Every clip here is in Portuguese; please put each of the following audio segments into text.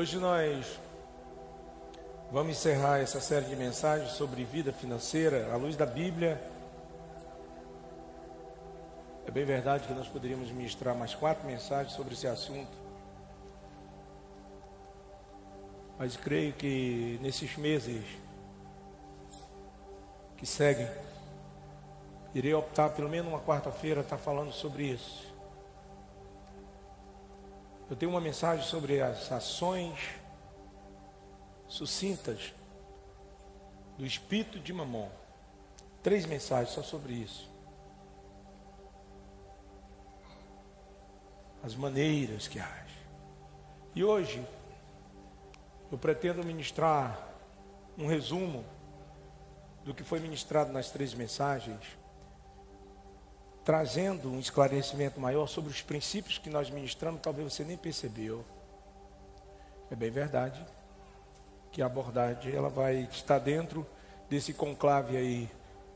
Hoje nós vamos encerrar essa série de mensagens sobre vida financeira à luz da Bíblia. É bem verdade que nós poderíamos ministrar mais 4 mensagens sobre esse assunto, mas creio que nesses meses que seguem, irei optar pelo menos uma quarta-feira estar falando sobre isso. Eu tenho uma mensagem sobre as ações sucintas do espírito de Mamon. 3 mensagens só sobre isso. As maneiras que age. E hoje eu pretendo ministrar um resumo do que foi ministrado nas 3 mensagens, trazendo um esclarecimento maior sobre os princípios que nós ministramos. Talvez você nem percebeu. É bem verdade que a abordagem ela vai estar dentro desse conclave aí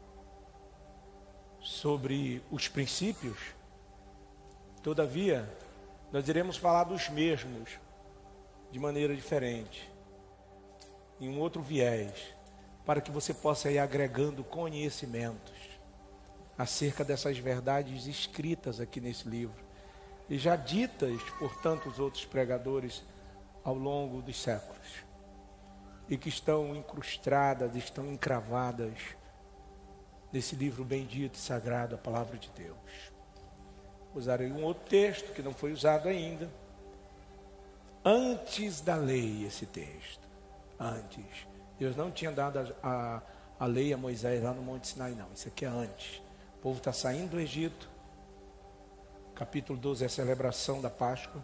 sobre os princípios. Todavia, nós iremos falar dos mesmos de maneira diferente, em um outro viés, para que você possa ir agregando conhecimentos acerca dessas verdades escritas aqui nesse livro e já ditas por tantos outros pregadores ao longo dos séculos e que estão incrustadas, estão encravadas nesse livro bendito e sagrado, a Palavra de Deus. Usarei um outro texto que não foi usado ainda. Antes da lei, esse texto. Antes. Deus não tinha dado a lei a Moisés lá no Monte Sinai, não. Isso aqui é antes. O povo está saindo do Egito. Capítulo 12 é a celebração da Páscoa.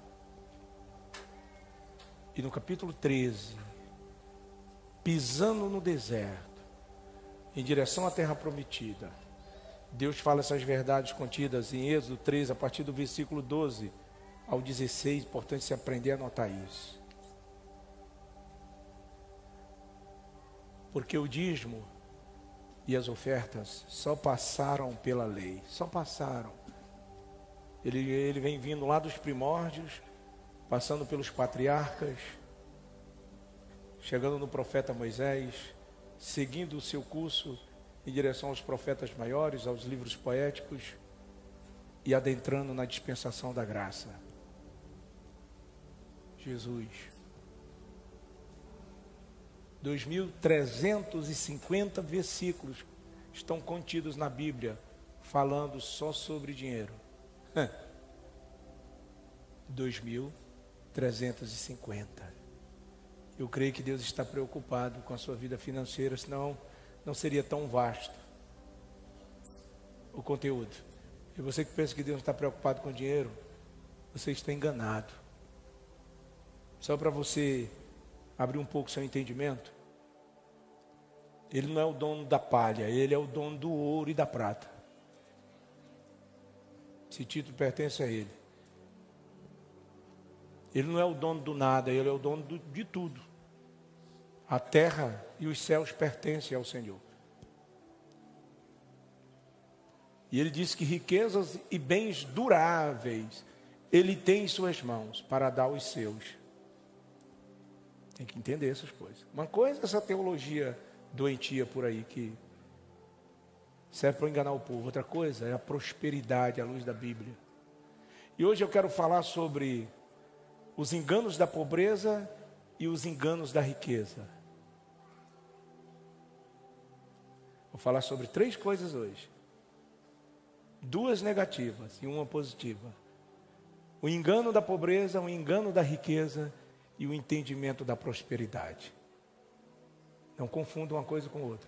E no capítulo 13, pisando no deserto, em direção à terra prometida, Deus fala essas verdades contidas em Êxodo 13, a partir do versículo 12 ao 16. Importante se aprender a anotar isso. Porque o dízimo e as ofertas só passaram pela lei, só passaram. Ele vem vindo lá dos primórdios, passando pelos patriarcas, chegando no profeta Moisés, seguindo o seu curso em direção aos profetas maiores, aos livros poéticos e adentrando na dispensação da graça. Jesus. 2.350 versículos estão contidos na Bíblia, falando só sobre dinheiro. 2.350. Eu creio que Deus está preocupado com a sua vida financeira, senão não seria tão vasto o conteúdo. E você que pensa que Deus está preocupado com dinheiro, você está enganado. Só para você abrir um pouco seu entendimento, Ele não é o dono da palha, Ele é o dono do ouro e da prata. Esse título pertence a Ele. Ele não é o dono do nada, Ele é o dono de tudo. A terra e os céus pertencem ao Senhor. E Ele diz que riquezas e bens duráveis Ele tem em suas mãos para dar aos seus. Tem que entender essas coisas. Uma coisa é essa teologia doentia por aí que serve para enganar o povo. Outra coisa é a prosperidade à luz da Bíblia. E hoje eu quero falar sobre os enganos da pobreza e os enganos da riqueza. Vou falar sobre 3 coisas hoje. 2 negativas e 1 positiva. O engano da pobreza, o engano da riqueza e o entendimento da prosperidade. Não confunda uma coisa com outra.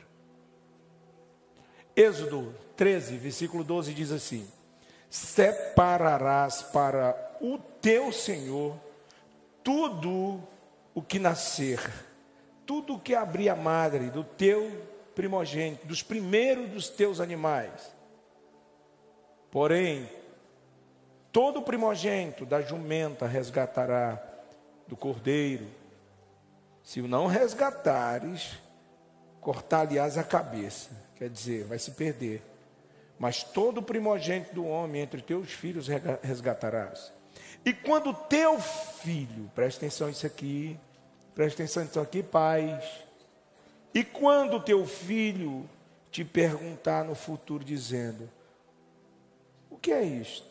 Êxodo 13, versículo 12 diz assim: separarás para o teu Senhor tudo o que nascer, tudo o que abrir a madre do teu primogênito, dos primeiros dos teus animais. Porém, todo primogênito da jumenta resgatará do cordeiro. Se o não resgatares, cortar-lhe-ás a cabeça. Quer dizer, vai se perder. Mas todo primogênito do homem entre teus filhos resgatarás. E quando teu filho, presta atenção nisso aqui, Presta atenção nisso aqui, pais. E quando teu filho te perguntar no futuro, dizendo: o que é isto?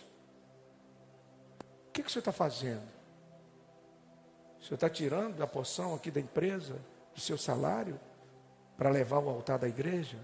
O que o senhor está fazendo? O senhor está tirando a porção aqui da empresa, do seu salário, para levar ao altar da igreja?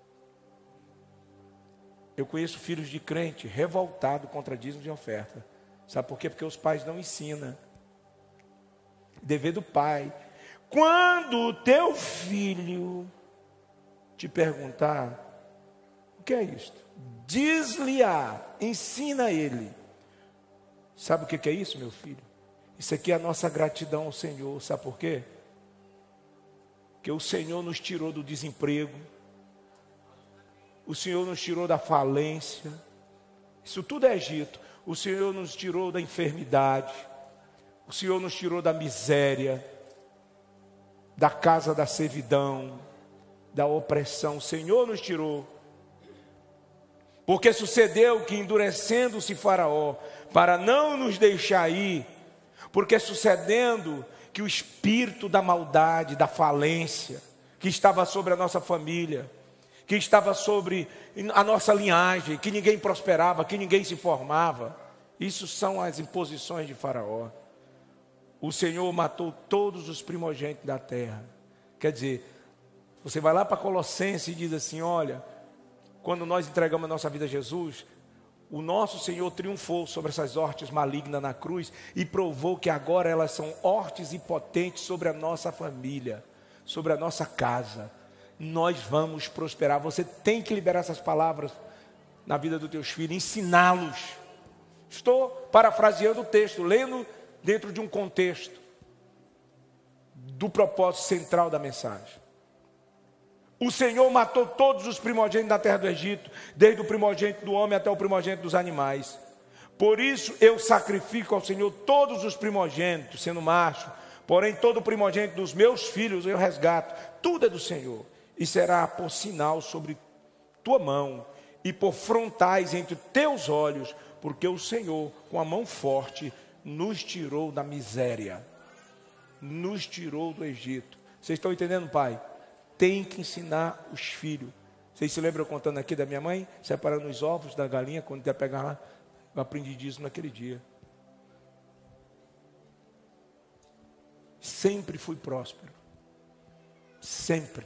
Eu conheço filhos de crente revoltados contra dízimos e oferta. Sabe por quê? Porque os pais não ensinam. Dever do pai. Quando o teu filho te perguntar: o que é isto? Diz-lhe, ensina ele. Sabe o que é isso, meu filho? Isso aqui é a nossa gratidão ao Senhor. Sabe por quê? Porque o Senhor nos tirou do desemprego. O Senhor nos tirou da falência. Isso tudo é Egito. O Senhor nos tirou da enfermidade. O Senhor nos tirou da miséria, da casa da servidão, da opressão. O Senhor nos tirou. Porque sucedeu que, endurecendo-se Faraó, para não nos deixar ir, porque sucedendo que o espírito da maldade, da falência, que estava sobre a nossa família, que estava sobre a nossa linhagem, que ninguém prosperava, que ninguém se formava, isso são as imposições de Faraó. O Senhor matou todos os primogênitos da terra. Quer dizer, você vai lá para Colossenses e diz assim: olha, quando nós entregamos a nossa vida a Jesus, o nosso Senhor triunfou sobre essas hortes malignas na cruz e provou que agora elas são hortes e potentes sobre a nossa família, sobre a nossa casa. Nós vamos prosperar. Você tem que liberar essas palavras na vida dos teus filhos, ensiná-los. Estou parafraseando o texto, lendo dentro de um contexto do propósito central da mensagem. O Senhor matou todos os primogênitos da terra do Egito, desde o primogênito do homem até o primogênito dos animais. Por isso eu sacrifico ao Senhor todos os primogênitos, sendo macho, porém todo o primogênito dos meus filhos eu resgato. Tudo é do Senhor, e será por sinal sobre tua mão e por frontais entre teus olhos, porque o Senhor, com a mão forte, nos tirou da miséria, nos tirou do Egito. Vocês estão entendendo, pai? Tem que ensinar os filhos. Vocês se lembram eu contando aqui da minha mãe, separando os ovos da galinha, quando ia pegar lá? Eu aprendi disso naquele dia. Sempre fui próspero. Sempre.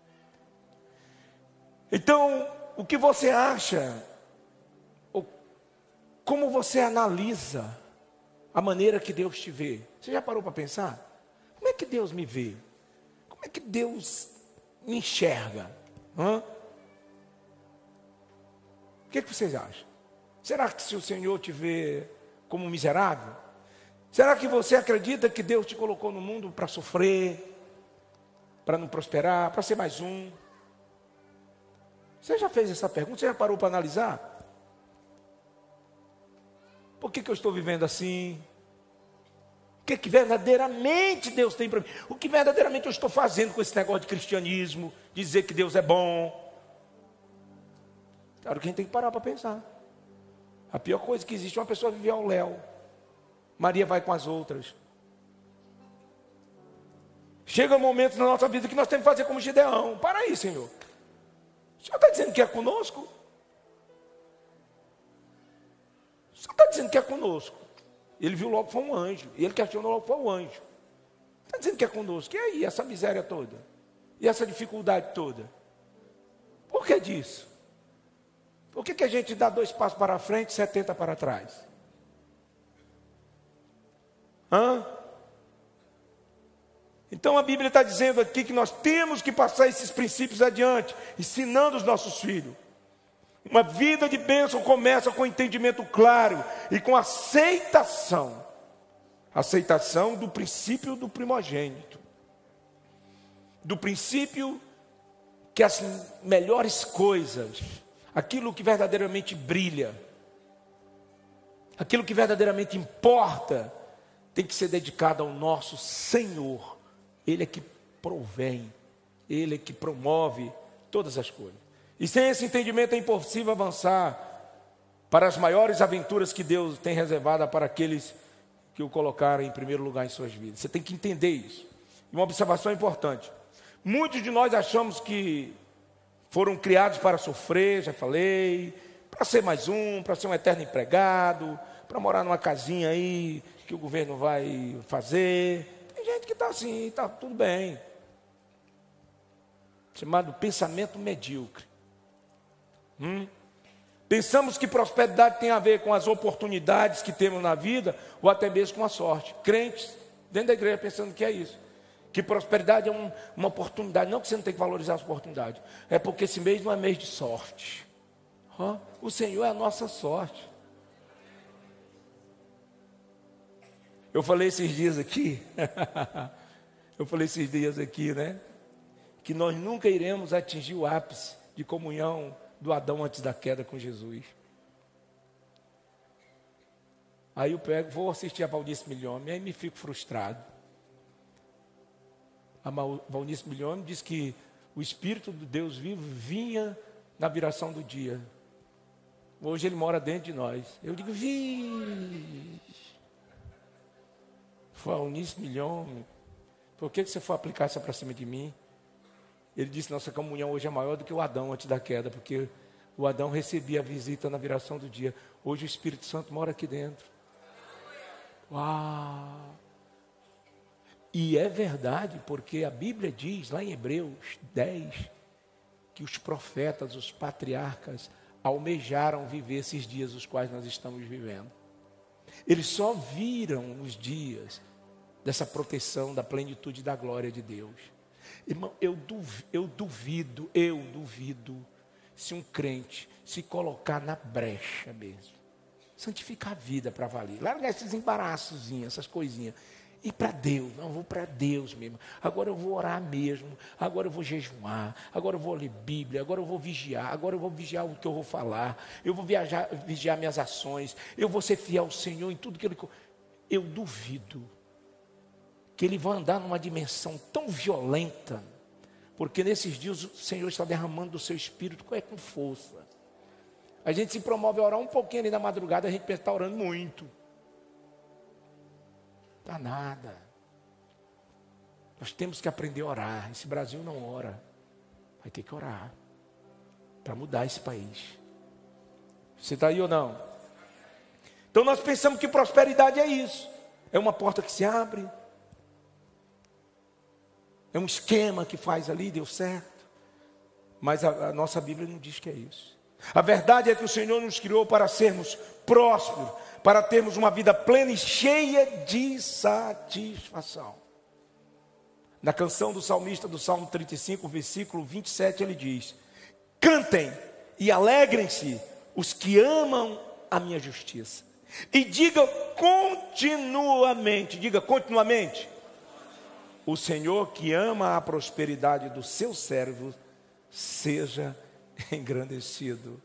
Então, o que você acha? Ou como você analisa a maneira que Deus te vê? Você já parou para pensar? Como é que Deus me vê? Como é que Deus me enxerga? O que vocês acham? Será que se o Senhor te vê como miserável? Será que você acredita que Deus te colocou no mundo para sofrer, para não prosperar, para ser mais um? Você já fez essa pergunta? Você já parou para analisar? Por que eu estou vivendo assim? O que verdadeiramente Deus tem para mim? O que verdadeiramente eu estou fazendo com esse negócio de cristianismo, dizer que Deus é bom? Claro que a gente tem que parar para pensar. A pior coisa que existe é uma pessoa viver ao léu. Maria vai com as outras. Chega um momento na nossa vida que nós temos que fazer como Gideão. Para aí, Senhor. O Senhor está dizendo que é conosco? O Senhor está dizendo que é conosco. Ele viu logo que foi um anjo. E ele questionou logo que foi um anjo. Está dizendo que é conosco. E aí, essa miséria toda? E essa dificuldade toda? Por que disso? Por que a gente dá 2 passos para frente e 70 para trás? Então a Bíblia está dizendo aqui que nós temos que passar esses princípios adiante, ensinando os nossos filhos. Uma vida de bênção começa com entendimento claro e com aceitação. Aceitação do princípio do primogênito. Do princípio que as melhores coisas, aquilo que verdadeiramente brilha, aquilo que verdadeiramente importa, tem que ser dedicado ao nosso Senhor. Ele é que provém, Ele é que promove todas as coisas. E sem esse entendimento é impossível avançar para as maiores aventuras que Deus tem reservada para aqueles que o colocaram em primeiro lugar em suas vidas. Você tem que entender isso. Uma observação importante. Muitos de nós achamos que foram criados para sofrer, já falei, para ser mais um, para ser um eterno empregado, para morar numa casinha aí que o governo vai fazer. Tem gente que está assim, está tudo bem. Chamado pensamento medíocre. Pensamos que prosperidade tem a ver com as oportunidades que temos na vida, ou até mesmo com a sorte. Crentes dentro da igreja pensando que é isso. Que prosperidade é uma oportunidade. Não que você não tem que valorizar as oportunidades. É porque esse mês não é mês de sorte. O Senhor é a nossa sorte. Eu falei esses dias aqui. Né? Que nós nunca iremos atingir o ápice de comunhão do Adão antes da queda com Jesus. Aí eu pego, vou assistir a Valnice Milhome, aí me fico frustrado. A Valnice Milhome diz que o Espírito de Deus vivo vinha na viração do dia. Hoje ele mora dentro de nós. Eu digo, Valnice Milhome, por que você foi aplicar isso para cima de mim? Ele disse, nossa comunhão hoje é maior do que o Adão antes da queda, porque o Adão recebia a visita na viração do dia. Hoje o Espírito Santo mora aqui dentro. Uau! E é verdade, porque a Bíblia diz, lá em Hebreus 10, que os profetas, os patriarcas, almejaram viver esses dias os quais nós estamos vivendo. Eles só viram os dias dessa proteção, da plenitude da glória de Deus. Irmão, eu duvido se um crente se colocar na brecha mesmo, santificar a vida para valer, largar esses embaraçozinhos, essas coisinhas, e para Deus, não, eu vou para Deus mesmo, agora eu vou orar mesmo, agora eu vou jejuar, agora eu vou ler Bíblia, agora eu vou vigiar, agora eu vou vigiar o que eu vou falar, eu vou vigiar minhas ações, eu vou ser fiel ao Senhor em tudo que Ele... Eu duvido que ele vai andar numa dimensão tão violenta, porque nesses dias o Senhor está derramando do seu Espírito com força. A gente se promove a orar um pouquinho ali na madrugada, a gente pensa que está orando muito. Está nada. Nós temos que aprender a orar. Esse Brasil não ora. Vai ter que orar para mudar esse país. Você está aí ou não? Então nós pensamos que prosperidade é isso. É uma porta que se abre. É um esquema que faz ali, deu certo. Mas a nossa Bíblia não diz que é isso. A verdade é que o Senhor nos criou para sermos prósperos, para termos uma vida plena e cheia de satisfação. Na canção do salmista do Salmo 35, versículo 27, ele diz: cantem e alegrem-se os que amam a minha justiça. E diga continuamente, o Senhor que ama a prosperidade do seu servo, seja engrandecido.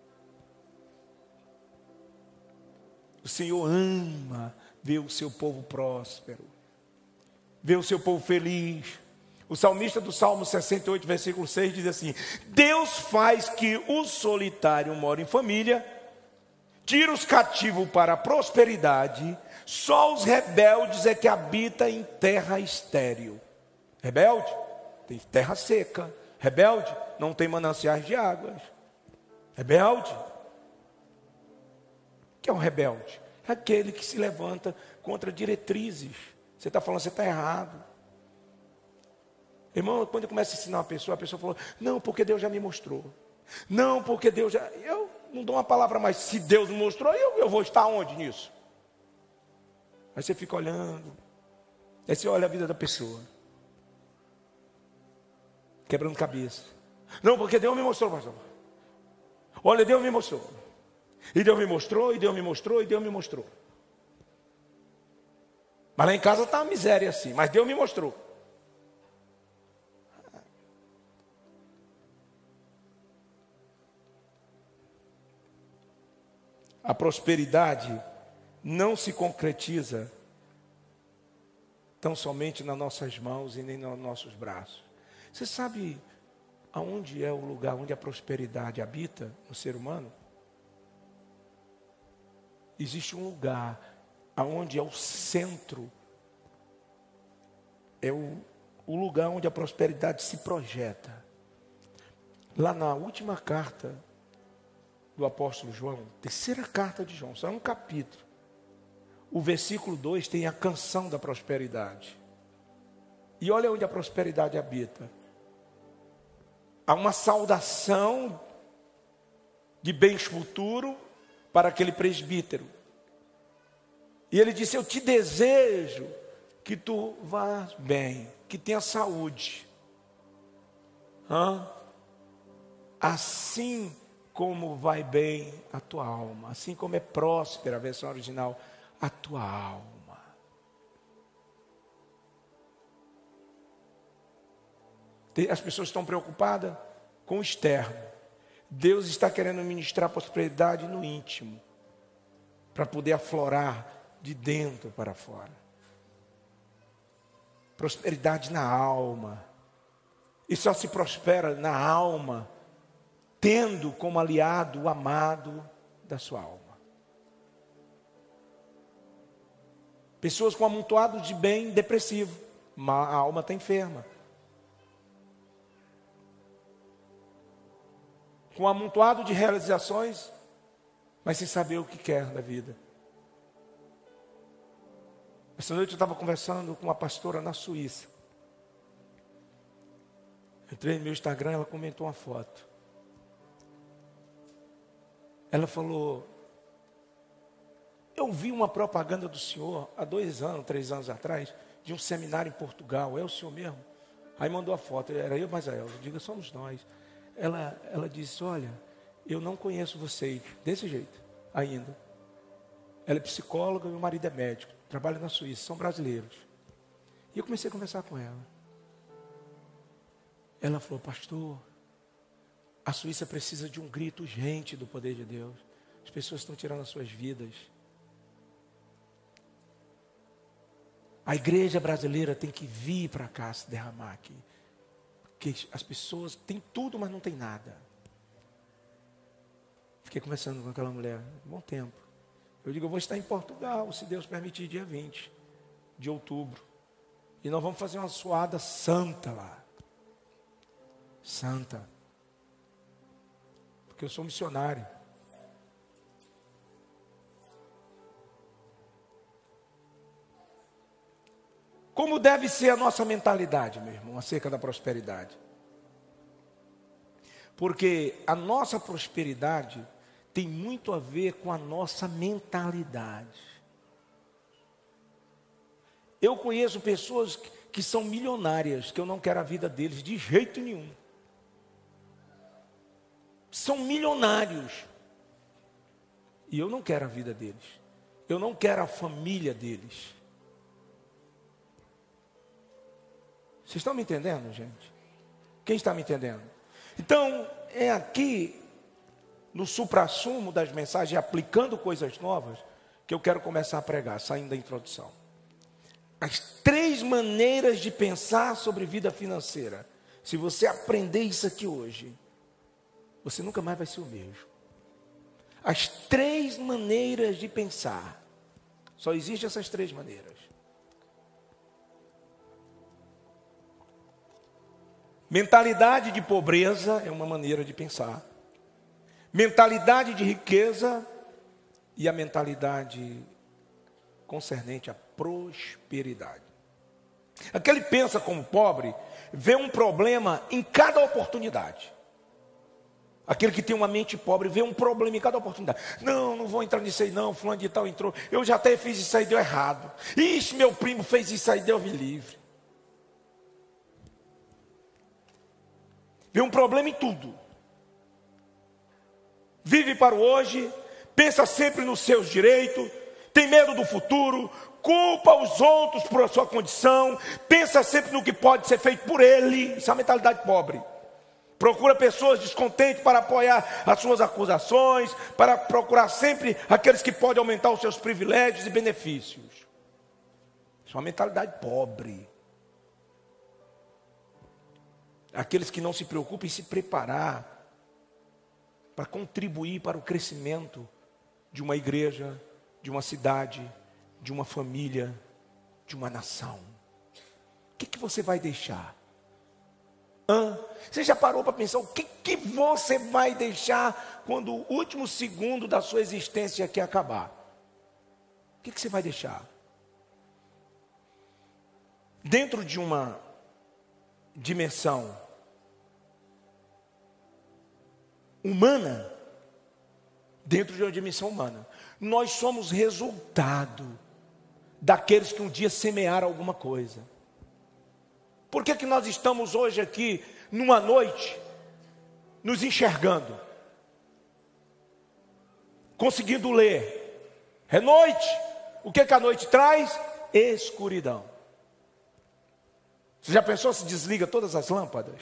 O Senhor ama ver o seu povo próspero, ver o seu povo feliz. O salmista do Salmo 68, versículo 6 diz assim: Deus faz que o solitário more em família, tira os cativos para a prosperidade. Só os rebeldes é que habitam em terra estéril. Rebelde tem terra seca. Rebelde não tem mananciais de águas. Rebelde. O que é um rebelde? É aquele que se levanta contra diretrizes. Você está falando, você está errado. Irmão, quando eu começo a ensinar a pessoa falou, não, porque Deus já me mostrou. Não, porque Deus já... Eu não dou uma palavra mais. Se Deus me mostrou, eu vou estar onde nisso? Aí você fica olhando. Aí você olha a vida da pessoa. Quebrando cabeça. Não, porque Deus me mostrou, pastor. Olha, Deus me mostrou. E Deus me mostrou, e Deus me mostrou, e Deus me mostrou. Mas lá em casa está uma miséria assim. Mas Deus me mostrou. A prosperidade não se concretiza tão somente nas nossas mãos e nem nos nossos braços. Você sabe aonde é o lugar onde a prosperidade habita no ser humano? Existe um lugar aonde é o centro é o lugar onde a prosperidade se projeta. Lá na última carta do apóstolo João, terceira carta de João, só é um capítulo. O versículo 2 tem a canção da prosperidade. E olha onde a prosperidade habita. Há uma saudação de bens futuro para aquele presbítero. E ele disse: eu te desejo que tu vás bem, que tenha saúde. Assim como vai bem a tua alma, assim como é próspera, a versão original, a tua alma. As pessoas estão preocupadas com o externo. Deus está querendo ministrar prosperidade no íntimo, para poder aflorar de dentro para fora. Prosperidade na alma. E só se prospera na alma, tendo como aliado o amado da sua alma. Pessoas com amontoado de bem depressivo, a alma está enferma. Com um amontoado de realizações, mas sem saber o que quer da vida. Essa noite eu estava conversando com uma pastora na Suíça. Entrei no meu Instagram, ela comentou uma foto. Ela falou: eu vi uma propaganda do senhor há 2 anos, 3 anos atrás, de um seminário em Portugal. É o senhor mesmo? Aí mandou a foto, era eu mais a Elza. Diga, somos nós. Ela disse: olha, eu não conheço vocês desse jeito ainda. Ela é psicóloga e o marido é médico, trabalha na Suíça, são brasileiros. E eu comecei a conversar com ela. Ela falou: pastor, a Suíça precisa de um grito urgente do poder de Deus. As pessoas estão tirando as suas vidas. A igreja brasileira tem que vir para cá, se derramar aqui. Porque as pessoas têm tudo, mas não tem nada. Fiquei conversando com aquela mulher um bom tempo. Eu digo: eu vou estar em Portugal, se Deus permitir, dia 20 de outubro. E nós vamos fazer uma suada santa lá. Santa. Porque eu sou missionário. Como deve ser a nossa mentalidade, meu irmão, acerca da prosperidade? Porque a nossa prosperidade tem muito a ver com a nossa mentalidade. Eu conheço pessoas que são milionárias, que eu não quero a vida deles de jeito nenhum. São milionários. E eu não quero a vida deles. Eu não quero a família deles. Vocês estão me entendendo, gente? Quem está me entendendo? Então, é aqui, no suprassumo das mensagens, aplicando coisas novas, que eu quero começar a pregar, saindo da introdução. As 3 maneiras de pensar sobre vida financeira. Se você aprender isso aqui hoje, você nunca mais vai ser o mesmo. As 3 maneiras de pensar. Só existem essas 3 maneiras. Mentalidade de pobreza é uma maneira de pensar. Mentalidade de riqueza e a mentalidade concernente à prosperidade. Aquele que pensa como pobre, vê um problema em cada oportunidade. Aquele que tem uma mente pobre, vê um problema em cada oportunidade. Não vou entrar nisso aí não, fulano de tal entrou. Eu já até fiz isso aí, deu errado. Ixi, meu primo fez isso aí, Deus me livre. Vê um problema em tudo. Vive para o hoje, pensa sempre nos seus direitos, tem medo do futuro, culpa os outros por a sua condição, pensa sempre no que pode ser feito por ele. Isso é uma mentalidade pobre. Procura pessoas descontentes para apoiar as suas acusações, para procurar sempre aqueles que podem aumentar os seus privilégios e benefícios. Isso é uma mentalidade pobre. Aqueles que não se preocupam em se preparar para contribuir para o crescimento de uma igreja, de uma cidade, de uma família, de uma nação. que você vai deixar? Você já parou para pensar o que você vai deixar quando o último segundo da sua existência aqui acabar? O que você vai deixar? Dentro de uma dimensão humana, nós somos resultado daqueles que um dia semearam alguma coisa. Por que nós estamos hoje aqui, numa noite, nos enxergando? Conseguindo ler. É noite. O que a noite traz? Escuridão. Você já pensou se desliga todas as lâmpadas?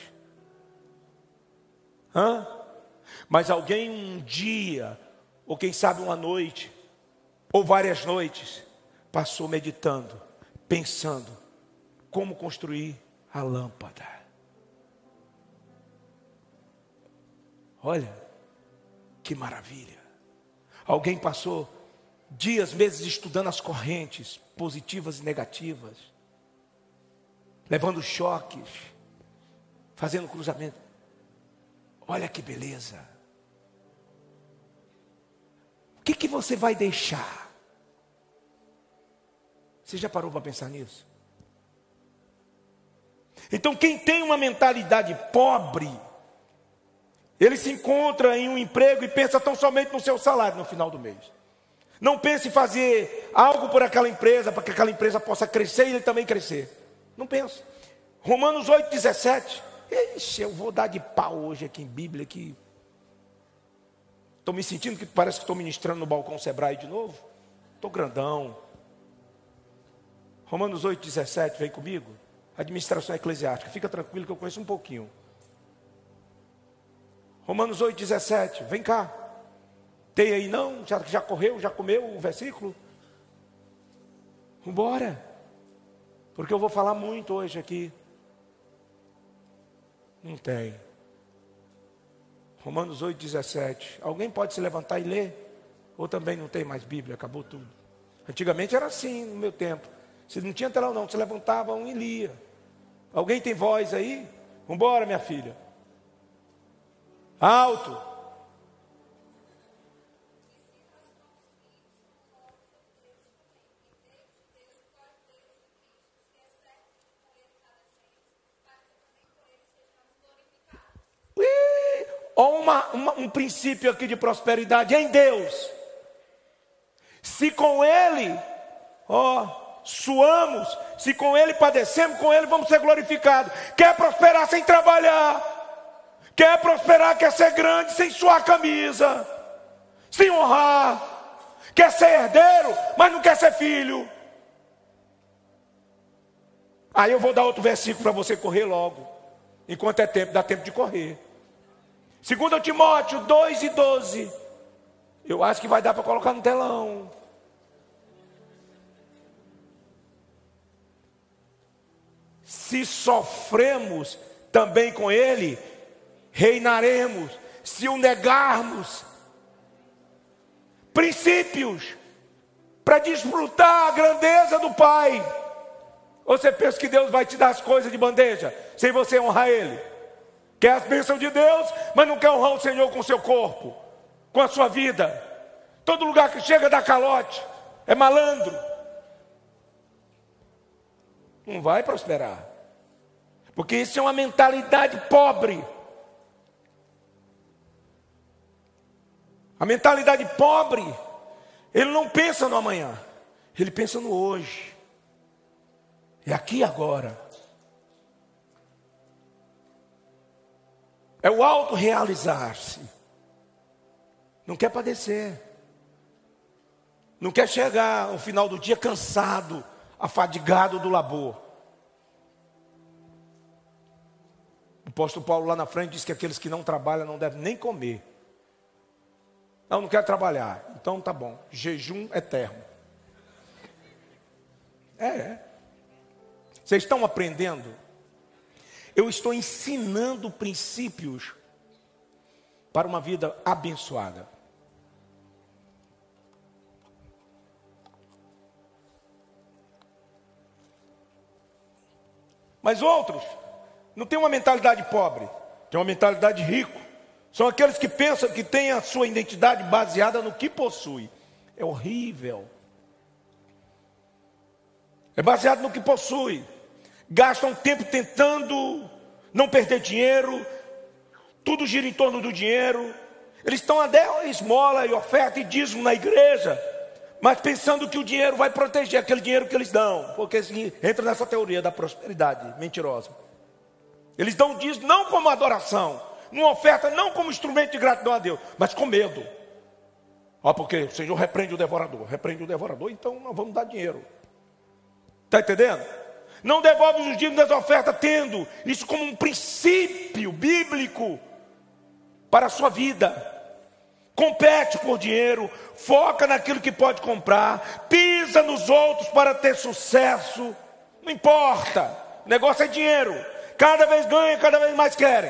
Mas alguém um dia, ou quem sabe uma noite, ou várias noites, passou meditando, pensando como construir a lâmpada. Olha, que maravilha. Alguém passou dias, meses estudando as correntes positivas e negativas, levando choques, fazendo cruzamento. Olha que beleza. O que você vai deixar? Você já parou para pensar nisso? Então quem tem uma mentalidade pobre, ele se encontra em um emprego e pensa tão somente no seu salário no final do mês. Não pensa em fazer algo por aquela empresa, para que aquela empresa possa crescer e ele também crescer. Não pensa. Romanos 8,17. Ixi, eu vou dar de pau hoje aqui em Bíblia. Estou me sentindo que parece que estou ministrando no balcão Sebrae de novo. Estou grandão. Romanos 8,17, vem comigo. Administração eclesiástica. Fica tranquilo que eu conheço um pouquinho. Romanos 8,17, vem cá. Tem aí não? Já correu, já comeu o versículo? Vambora. Porque eu vou falar muito hoje aqui. Não tem. Romanos 8,17. Alguém pode se levantar e ler? Ou também não tem mais Bíblia, acabou tudo. Antigamente era assim, no meu tempo. Se não tinha telão não, se levantava um e lia. Alguém tem voz aí? Vambora, minha filha. Alto. Olha um princípio aqui de prosperidade em Deus. Se com Ele, suamos, se com Ele padecemos, com Ele vamos ser glorificados. Quer prosperar sem trabalhar? Quer prosperar, quer ser grande sem suar a camisa, sem honrar? Quer ser herdeiro, mas não quer ser filho? Aí eu vou dar outro versículo para você correr logo, enquanto é tempo, dá tempo de correr. 2 Timóteo 2,12. Eu acho que vai dar para colocar no telão. Se sofremos também com Ele, reinaremos. Se o negarmos. Princípios para desfrutar a grandeza do Pai. Ou você pensa que Deus vai te dar as coisas de bandeja sem você honrar Ele? Quer as bênçãos de Deus, mas não quer honrar o Senhor com o seu corpo, com a sua vida. Todo lugar que chega dá calote, é malandro. Não vai prosperar. Porque isso é uma mentalidade pobre. A mentalidade pobre, ele não pensa no amanhã, ele pensa no hoje. É aqui e agora. É o autorrealizar-se. Não quer padecer. Não quer chegar ao final do dia cansado, afadigado do labor. O apóstolo Paulo lá na frente diz que aqueles que não trabalham não devem nem comer. Não quero trabalhar. Então tá bom. Jejum eterno. Vocês estão aprendendo? Eu estou ensinando princípios para uma vida abençoada. Mas outros não têm uma mentalidade pobre, têm uma mentalidade rico. São aqueles que pensam que têm a sua identidade baseada no que possui. É horrível. É baseado no que possui. Gastam tempo tentando não perder dinheiro. Tudo gira em torno do dinheiro. Eles estão a dar esmola e oferta e dízimo na igreja, mas pensando que o dinheiro vai proteger aquele dinheiro que eles dão, porque entra nessa teoria da prosperidade mentirosa. Eles dão dízimo não como adoração, numa oferta não como instrumento de gratidão a Deus, mas com medo. Porque o Senhor repreende o devorador, então nós vamos dar dinheiro. Está entendendo? Não devolve os dízimos das ofertas, tendo isso como um princípio bíblico para a sua vida. Compete por dinheiro, foca naquilo que pode comprar, pisa nos outros para ter sucesso. Não importa, o negócio é dinheiro. Cada vez ganha, cada vez mais querem.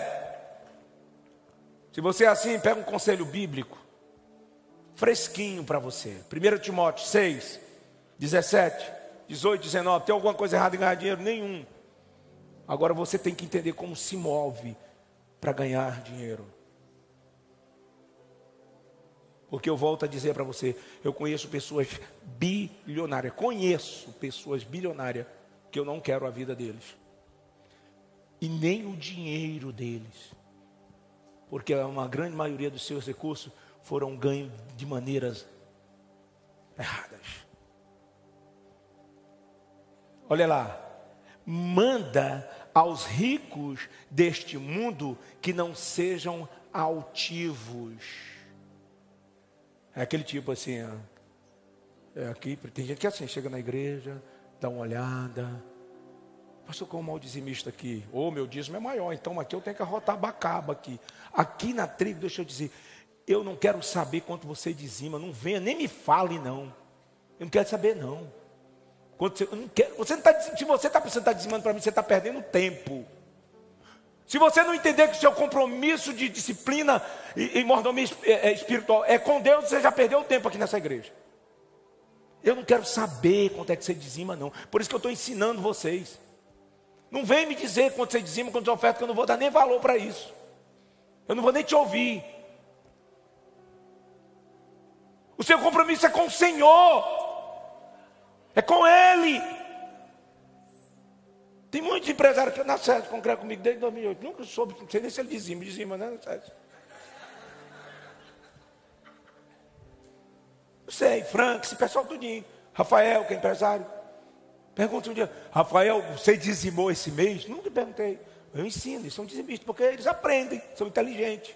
Se você é assim, pega um conselho bíblico fresquinho para você. 1 Timóteo 6, 17, 18, 19. Tem alguma coisa errada em ganhar dinheiro? Nenhum. Agora você tem que entender como se move para ganhar dinheiro. Porque eu volto a dizer para você, eu conheço pessoas bilionárias, que eu não quero a vida deles. E nem o dinheiro deles. Porque uma grande maioria dos seus recursos foram ganhos de maneiras erradas. Olha lá, manda aos ricos deste mundo que não sejam altivos. É aquele tipo assim, aqui, tem gente que é assim, chega na igreja, dá uma olhada. Pastor, como mal dizimista aqui? Meu dízimo é maior, então aqui eu tenho que arrotar abacaba aqui. Aqui na tribo, deixa eu dizer, eu não quero saber quanto você dizima, não venha, nem me fale não. Eu não quero saber não. Eu não quero, se você está pensando que está dizimando para mim, você está perdendo tempo. Se você não entender que o seu compromisso de disciplina e mordomia espiritual é com Deus, você já perdeu o tempo aqui nessa igreja. Eu não quero saber quanto é que você dizima, não. Por isso que eu estou ensinando vocês. Não vem me dizer quanto você dizima, quanto você oferta, que eu não vou dar nem valor para isso. Eu não vou nem te ouvir. O seu compromisso é com o Senhor. É com Ele. Tem muitos empresários que na Sérgio concreto comigo desde 2008. Nunca soube, não sei nem se ele dizima, né, Sérgio? Não sei, Frank, esse pessoal tudinho. Rafael, que é empresário. Pergunta um dia, Rafael, você dizimou esse mês? Nunca perguntei. Eu ensino, eles são dizimistas, porque eles aprendem, são inteligentes.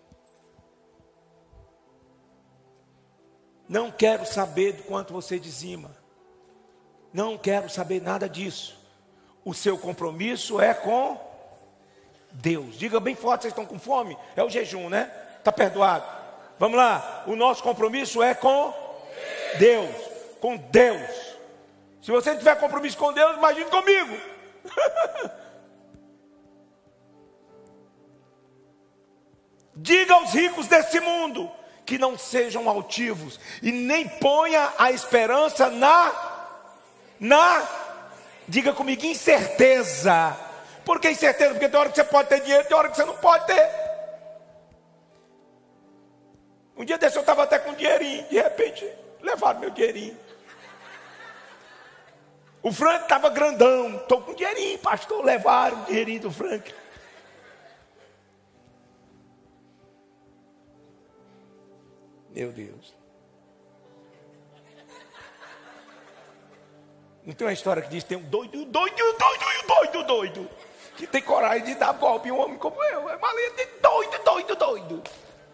Não quero saber do quanto você dizima. Não quero saber nada disso. O seu compromisso é com Deus. Diga bem forte, vocês estão com fome? É o jejum, né? Está perdoado. Vamos lá. O nosso compromisso é com Deus. Com Deus. Se você não tiver compromisso com Deus, imagine comigo. Diga aos ricos desse mundo que não sejam altivos e nem ponha a esperança diga comigo, incerteza. Por que incerteza? Porque tem hora que você pode ter dinheiro, tem hora que você não pode ter. Um dia desse eu estava até com um dinheirinho, de repente levaram meu dinheirinho. O Frank estava grandão, estou com dinheirinho, pastor, levaram o dinheirinho do Frank. Meu Deus. Não tem uma história que diz, tem um doido, que tem coragem de dar golpe em um homem como eu. É maleta de doido.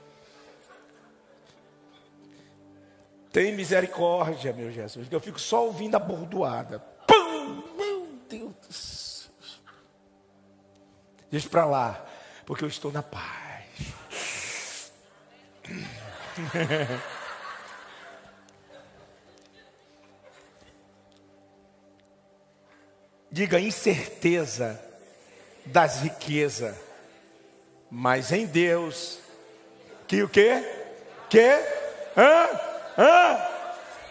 Tem misericórdia, meu Jesus, que eu fico só ouvindo a bordoada. Pum! Meu Deus do céu. Deixa pra lá, porque eu estou na paz. Diga incerteza das riquezas, mas em Deus, que o quê?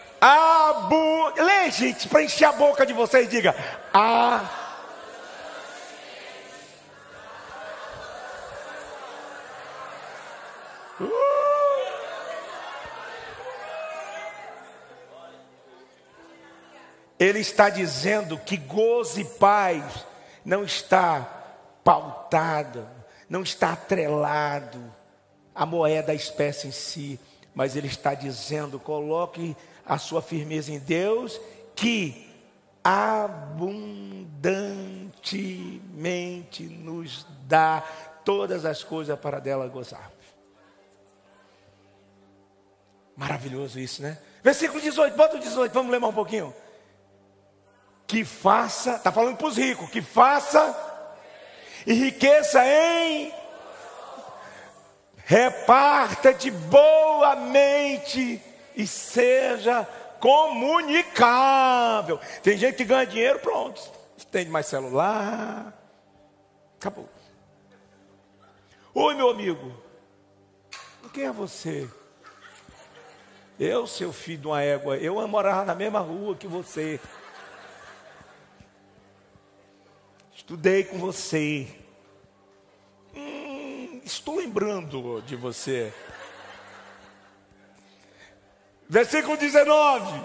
Lê, gente, para encher a boca de vocês, diga Ele está dizendo que gozo e paz não está pautado, não está atrelado à moeda, à espécie em si, mas ele está dizendo: coloque a sua firmeza em Deus, que abundantemente nos dá todas as coisas para dela gozar. Maravilhoso isso, né? Versículo 18, bota o 18, vamos ler mais um pouquinho. Que faça, está falando para os ricos, que faça enriqueça em, reparta de boamente e seja comunicável. Tem gente que ganha dinheiro, pronto, tem mais celular, acabou. Oi, meu amigo, quem é você? Eu, seu filho de uma égua, eu morava na mesma rua que você. Estudei com você. Estou lembrando de você. Versículo 19.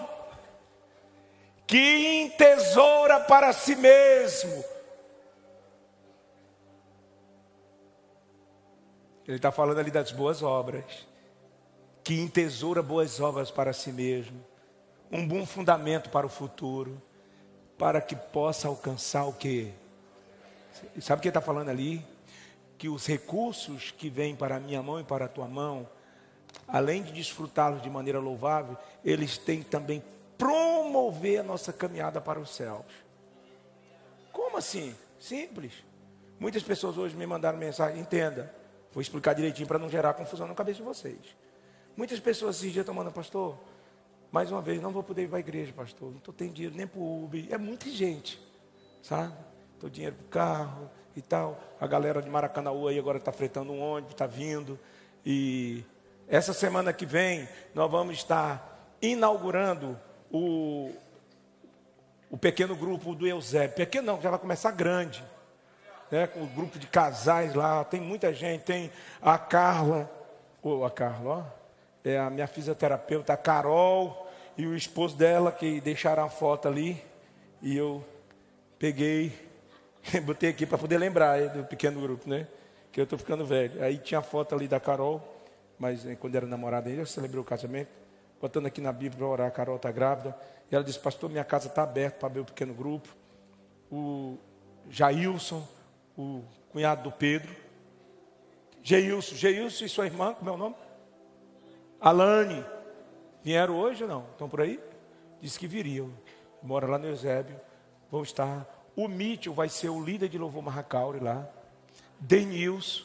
Que entesoura para si mesmo. Ele está falando ali das boas obras. Que entesoura boas obras para si mesmo. Um bom fundamento para o futuro. Para que possa alcançar o quê? Sabe o que ele está falando ali? Que os recursos que vêm para a minha mão e para a tua mão, além de desfrutá-los de maneira louvável, eles têm também promover a nossa caminhada para os céus. Como assim? Simples. Muitas pessoas hoje me mandaram mensagem, entenda, vou explicar direitinho para não gerar confusão na cabeça de vocês. Muitas pessoas esses dias estão mandando: pastor, mais uma vez, não vou poder ir para a igreja, pastor, não estou tendo dinheiro nem para o Uber. É muita gente, sabe? Estou dinheiro para o carro e tal. A galera de Maracanaú aí agora está fretando um ônibus, está vindo. E essa semana que vem nós vamos estar inaugurando o pequeno grupo do Eusébio. Pequeno não, já vai começar grande, né? Com o grupo de casais lá, tem muita gente. Tem a Carla, ó, é a minha fisioterapeuta, a Carol, e o esposo dela, que deixaram a foto ali. E eu peguei, botei aqui para poder lembrar do pequeno grupo, né? Que eu estou ficando velho. Aí tinha a foto ali da Carol, mas quando era namorada ainda, eu celebrei o casamento. Botando aqui na Bíblia para orar, a Carol está grávida. E ela disse: pastor, minha casa está aberta para abrir o pequeno grupo. O Jailson, o cunhado do Pedro. Geilson e sua irmã, como é o nome? Alane. Vieram hoje ou não? Estão por aí? Disse que viriam. Mora lá no Eusébio. Vão estar. O Mítil vai ser o líder de louvor Marracauri lá. Denilson.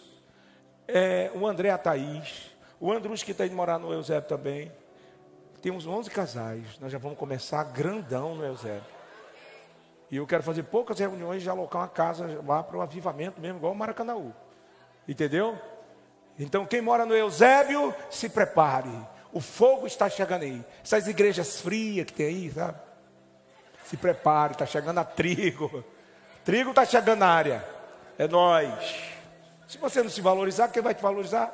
O André, a Thaís. O Andrus, que está indo morar no Eusébio também. Temos 11 casais. Nós já vamos começar grandão no Eusébio. E eu quero fazer poucas reuniões, já alocar uma casa lá para o avivamento mesmo, igual o Maracanaú. Entendeu? Então quem mora no Eusébio, se prepare. O fogo está chegando aí. Essas igrejas frias que tem aí, sabe? Se prepare, está chegando a trigo. Trigo está chegando na área. É nós. Se você não se valorizar, quem vai te valorizar?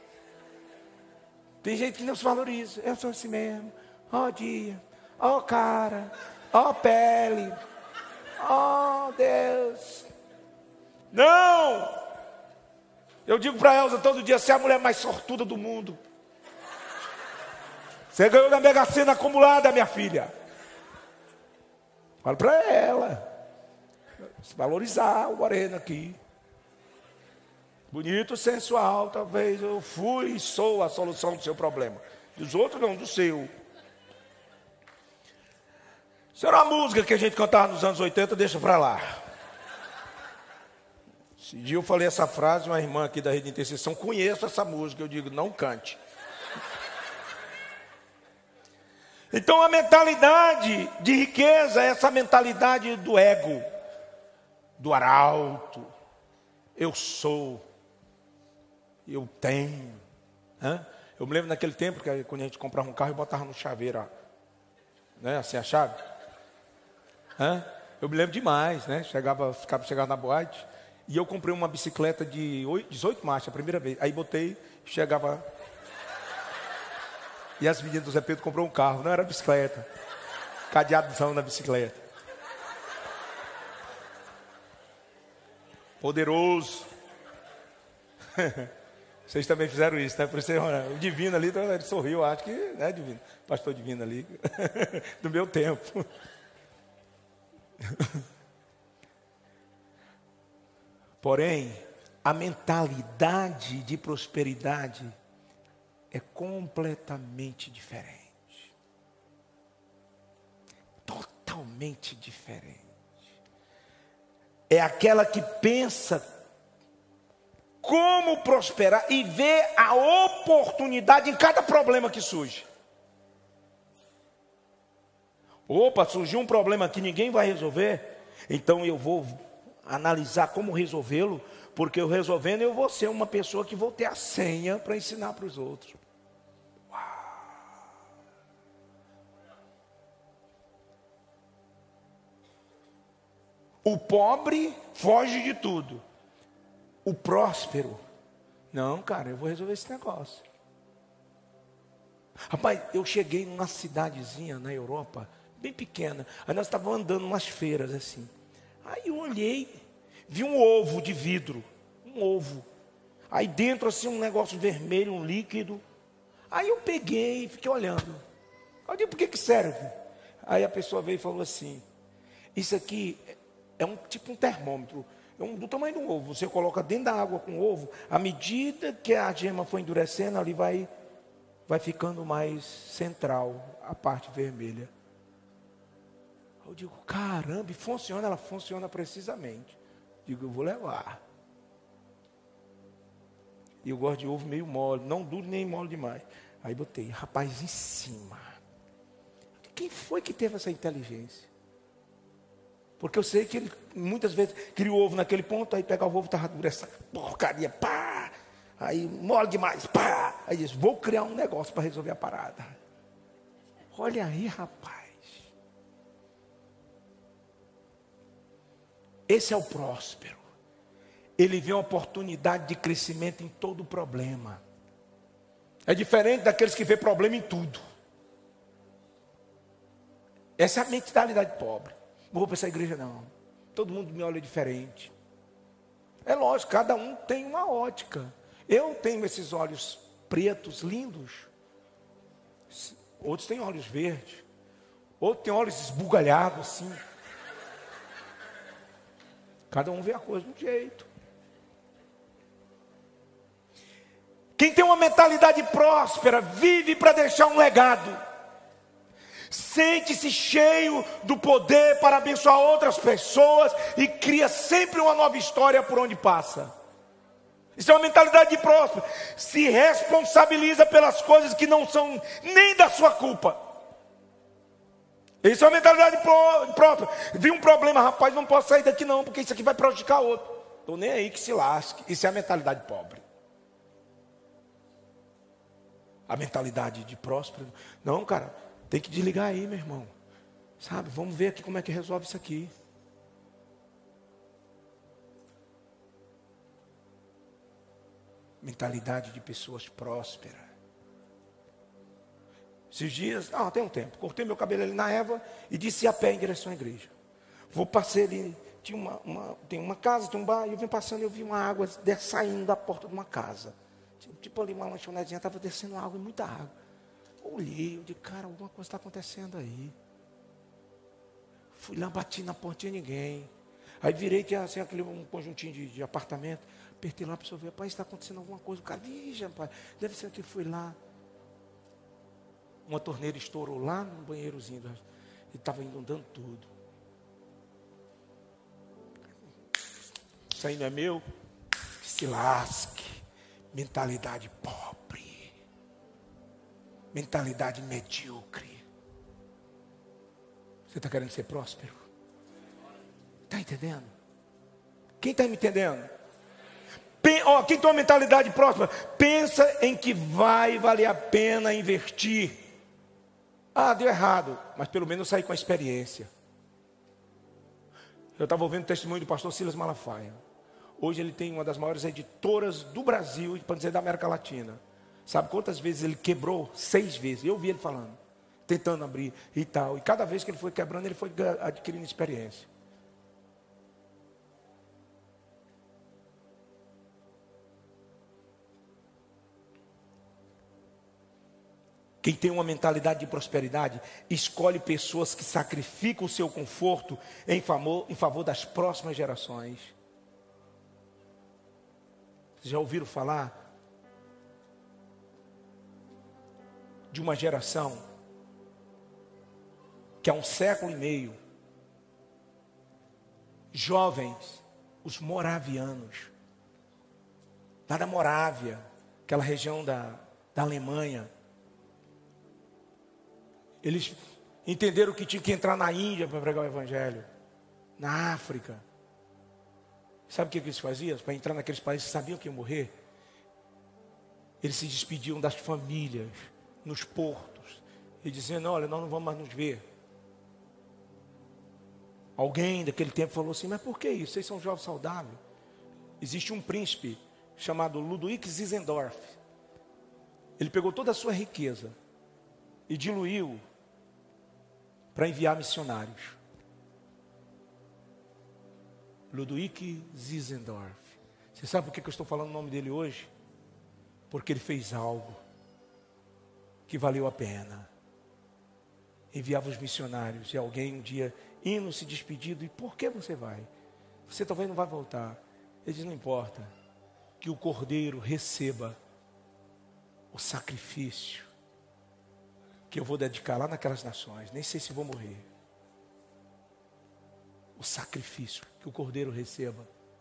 Tem gente que não se valoriza. Eu sou assim mesmo. Ó dia, ó cara, ó pele, ó Deus. Não! Eu digo para a Elza todo dia: você é a mulher mais sortuda do mundo. Você ganhou na Mega Sena acumulada, minha filha. Falo para ela. Se valorizar o moreno aqui. Bonito, sensual, talvez eu fui e sou a solução do seu problema. Dos outros não, do seu. Isso era uma música que a gente cantava nos anos 80, deixa para lá. Esse dia eu falei essa frase, uma irmã aqui da Rede de Intercessão: conheço essa música. Eu digo: não cante. Então a mentalidade de riqueza é essa mentalidade do ego, do arauto. Eu sou, eu tenho. Eu me lembro naquele tempo que quando a gente comprava um carro e botava no chaveiro, né? Assim a chave. Eu me lembro demais, né? Chegava na boate e eu comprei uma bicicleta de 18 marchas a primeira vez. Aí botei, chegava. E as meninas do Zé Pedro comprou um carro, não era bicicleta. Cadeadozão na bicicleta. Poderoso. Vocês também fizeram isso, né? Por isso, o Divino ali, ele sorriu, acho que, né, Divino? Pastor Divino ali, do meu tempo. Porém, a mentalidade de prosperidade é completamente diferente. Totalmente diferente. É aquela que pensa como prosperar e vê a oportunidade em cada problema que surge. Opa, surgiu um problema que ninguém vai resolver, então eu vou analisar como resolvê-lo, porque eu resolvendo eu vou ser uma pessoa que vou ter a senha para ensinar para os outros. O pobre foge de tudo. O próspero, não, cara, eu vou resolver esse negócio. Rapaz, eu cheguei numa cidadezinha na Europa, bem pequena. Aí nós estávamos andando umas feiras assim. Aí eu olhei, vi um ovo de vidro, um ovo. Aí dentro assim um negócio vermelho, um líquido. Aí eu peguei e fiquei olhando. Eu disse, por que serve? Aí a pessoa veio e falou assim, isso aqui é tipo um termômetro. Do tamanho de um ovo, você coloca dentro da água com o ovo, à medida que a gema for endurecendo, ali vai ficando mais central, a parte vermelha. Eu digo, caramba, e funciona, ela funciona precisamente. Digo, eu vou levar. E eu gosto de ovo meio mole, não duro nem mole demais. Aí botei, rapaz, em cima. Quem foi que teve essa inteligência? Porque eu sei que ele muitas vezes cria o ovo naquele ponto, aí pega o ovo, estava duro, essa porcaria, pá! Aí mole demais, pá! Aí diz, vou criar um negócio para resolver a parada. Olha aí, rapaz. Esse é o próspero. Ele vê uma oportunidade de crescimento em todo problema. É diferente daqueles que vê problema em tudo. Essa é a mentalidade pobre. Não vou para essa igreja não. Todo mundo me olha diferente. É lógico, cada um tem uma ótica. Eu tenho esses olhos pretos, lindos. Outros têm olhos verdes. Outros têm olhos esbugalhados assim. Cada um vê a coisa de um jeito. Quem tem uma mentalidade próspera, vive para deixar um legado. Sente-se cheio do poder para abençoar outras pessoas e cria sempre uma nova história por onde passa. Isso é uma mentalidade de próspero. Se responsabiliza pelas coisas que não são nem da sua culpa. Isso é uma mentalidade própria. Vi um problema, rapaz, não posso sair daqui não, porque isso aqui vai prejudicar outro. Estou nem aí que se lasque. Isso é a mentalidade pobre. A mentalidade de próspero. Não, cara, tem que desligar aí, meu irmão. Sabe, vamos ver aqui como é que resolve isso aqui. Mentalidade de pessoas prósperas. Esses dias, tem um tempo, cortei meu cabelo ali na Eva e desci a pé em direção à igreja. Vou passar ali, tem uma casa, tem um bar, e eu vim passando e eu vi uma água saindo da porta de uma casa. Tipo ali uma lanchonetezinha, estava descendo água e muita água. Olhei, eu disse, cara, alguma coisa está acontecendo aí. Fui lá, bati na portinha, ninguém. Aí virei, tinha assim, um conjuntinho de apartamento. Apertei lá para o senhor ver, rapaz, está acontecendo alguma coisa. O cara, vixe, rapaz, deve ser que fui lá. Uma torneira estourou lá no banheirozinho. E estava inundando tudo. Isso aí não é meu? Que se lasque. Mentalidade pobre. Mentalidade medíocre. Você está querendo ser próspero? Está entendendo? Quem está me entendendo? Quem tem uma mentalidade próspera, pensa em que vai valer a pena investir. Deu errado, mas pelo menos eu saí com a experiência. Eu estava ouvindo o testemunho do pastor Silas Malafaia. Hoje ele tem uma das maiores editoras do Brasil, e para dizer da América Latina. Sabe quantas vezes ele quebrou? 6 vezes. Eu vi ele falando. tentando abrir e tal. E cada vez que ele foi quebrando, ele foi adquirindo experiência. Quem tem uma mentalidade de prosperidade, escolhe pessoas que sacrificam o seu conforto em favor das próximas gerações. Vocês já ouviram falar de uma geração que há 1,5 séculos, jovens, os moravianos, lá da Morávia, aquela região da Alemanha, eles entenderam que tinha que entrar na Índia para pregar o Evangelho, na África. Sabe o que eles faziam? Para entrar naqueles países, sabiam que iam morrer? Eles se despediam das famílias, nos portos, e dizendo, olha, nós não vamos mais nos ver. Alguém daquele tempo falou assim, mas por que isso? Vocês são jovens saudáveis. Existe um príncipe chamado Ludwig Zinzendorf. Ele pegou toda a sua riqueza e diluiu para enviar missionários. Ludwig Zinzendorf. Você sabe por que eu estou falando o nome dele hoje? Porque ele fez algo que valeu a pena. Enviava os missionários e alguém um dia indo se despedido. E por que você vai? Você talvez não vai voltar. Ele diz, não importa. Que o cordeiro receba o sacrifício que eu vou dedicar lá naquelas nações. Nem sei se vou morrer. O sacrifício que o cordeiro receba.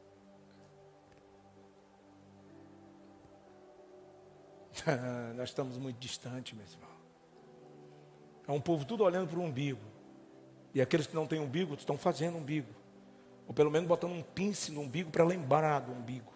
Nós estamos muito distantes, meu irmão. É um povo tudo olhando para o umbigo. E aqueles que não têm umbigo estão fazendo umbigo. Ou pelo menos botando um pince no umbigo para lembrar do umbigo.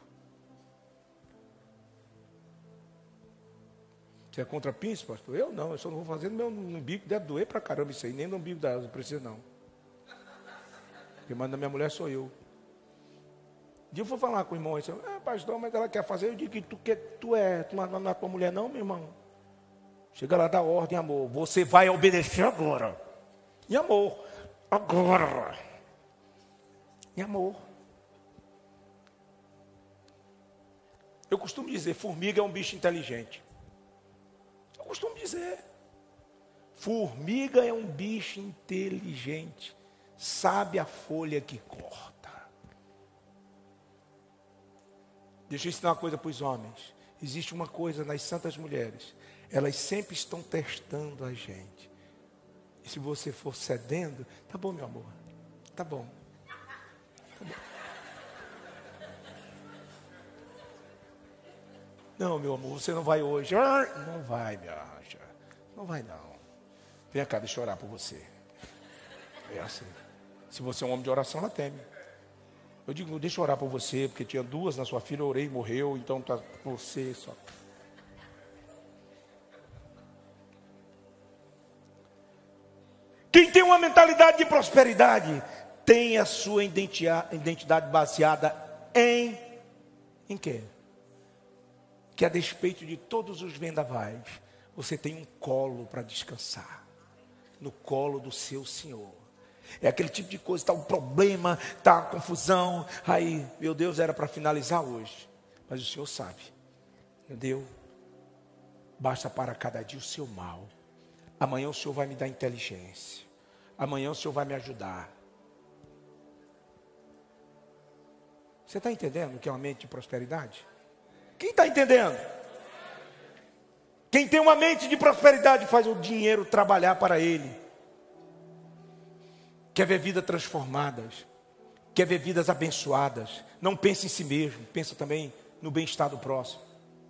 Você é contra pince, pastor? Eu não, eu só não vou fazer no meu umbigo. Deve doer pra caramba isso aí. Nem no umbigo da asa, não precisa não. Quem manda na minha mulher sou eu. Um dia eu fui falar com o irmão, ele disse, pastor, mas ela quer fazer. Eu digo que tu não é tua mulher não, meu irmão. Chega lá, dá ordem, amor. Você vai obedecer agora. E amor, agora. E amor. Eu costumo dizer, formiga é um bicho inteligente. Eu costumo dizer. Formiga é um bicho inteligente. Sabe a folha que corta. Deixa eu ensinar uma coisa para os homens. Existe uma coisa nas santas mulheres. Elas sempre estão testando a gente. E se você for cedendo, tá bom, meu amor. Tá bom. Tá bom. Não, meu amor, você não vai hoje. Não vai, minha racha. Não vai, não. Vem cá, deixa eu orar por você. É assim. Se você é um homem de oração, ela teme. Eu digo, deixa eu orar por você, porque tinha 2 na sua filha, eu orei e morreu, então tá você só. Quem tem uma mentalidade de prosperidade, tem a sua identidade baseada em quê? Que a despeito de todos os vendavais, você tem um colo para descansar. No colo do seu Senhor. É aquele tipo de coisa, está um problema, está uma confusão. Aí, meu Deus, era para finalizar hoje. Mas o Senhor sabe. Entendeu? Basta para cada dia o seu mal. Amanhã o Senhor vai me dar inteligência. Amanhã o Senhor vai me ajudar. Você está entendendo o que é uma mente de prosperidade? Quem está entendendo? Quem tem uma mente de prosperidade faz o dinheiro trabalhar para ele. Quer ver vidas transformadas. Quer ver vidas abençoadas. Não pensa em si mesmo. Pensa também no bem-estar do próximo.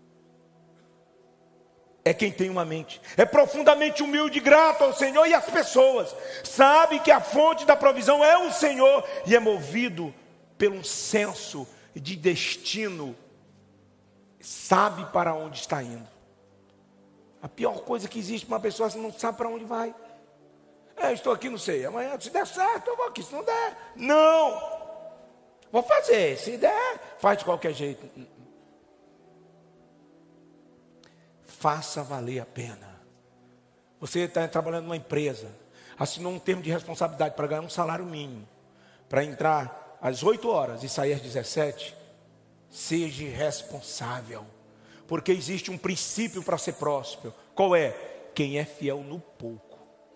É quem tem uma mente. É profundamente humilde e grato ao Senhor e às pessoas. Sabe que a fonte da provisão é o Senhor. E é movido por um senso de destino. Sabe para onde está indo. A pior coisa que existe para uma pessoa é que não sabe para onde vai. Estou aqui, não sei. Amanhã, se der certo, eu vou aqui. Se não der, não. Vou fazer. Se der, faz de qualquer jeito. Faça valer a pena. Você está trabalhando numa empresa, assinou um termo de responsabilidade para ganhar um salário mínimo, para entrar às 8 horas e sair às 17, seja responsável, porque existe um princípio para ser próspero. Qual é? Quem é fiel no pouco,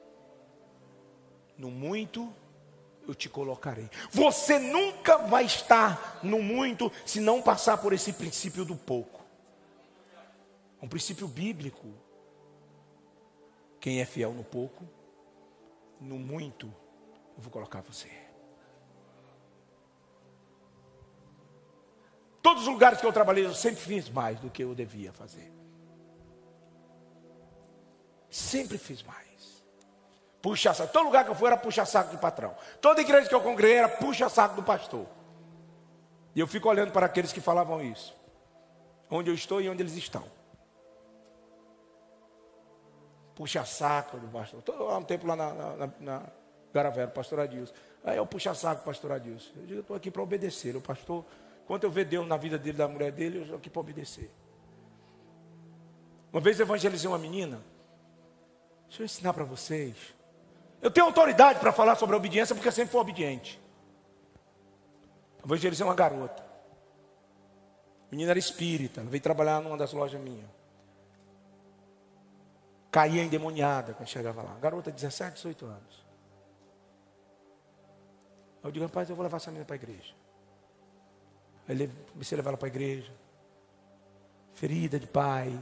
no muito eu te colocarei. Você nunca vai estar no muito se não passar por esse princípio do pouco. É um princípio bíblico. Quem é fiel no pouco, no muito eu vou colocar você. Todos os lugares que eu trabalhei, eu sempre fiz mais do que eu devia fazer. Sempre fiz mais. Puxa saco. Todo lugar que eu fui era puxa saco do patrão. Toda igreja que eu congreguei era puxa saco do pastor. E eu fico olhando para aqueles que falavam isso. Onde eu estou e onde eles estão. Puxa saco do pastor. Há um tempo lá na Garavera, pastor Adilson. Aí eu puxa saco, pastor Adilson. Eu digo, eu estou aqui para obedecer. O pastor, quando eu ver Deus na vida dele, da mulher dele, eu estou aqui para obedecer. Uma vez eu evangelizei uma menina. Deixa eu ensinar para vocês. Eu tenho autoridade para falar sobre a obediência, porque eu sempre fui obediente. Eu evangelizei uma garota. A menina era espírita, ela veio trabalhar numa das lojas minhas. Caía endemoniada quando chegava lá. Garota de 17, 18 anos. Eu digo, rapaz, eu vou levar essa menina para a igreja. Aí comecei a levar ela para a igreja. Ferida de pai.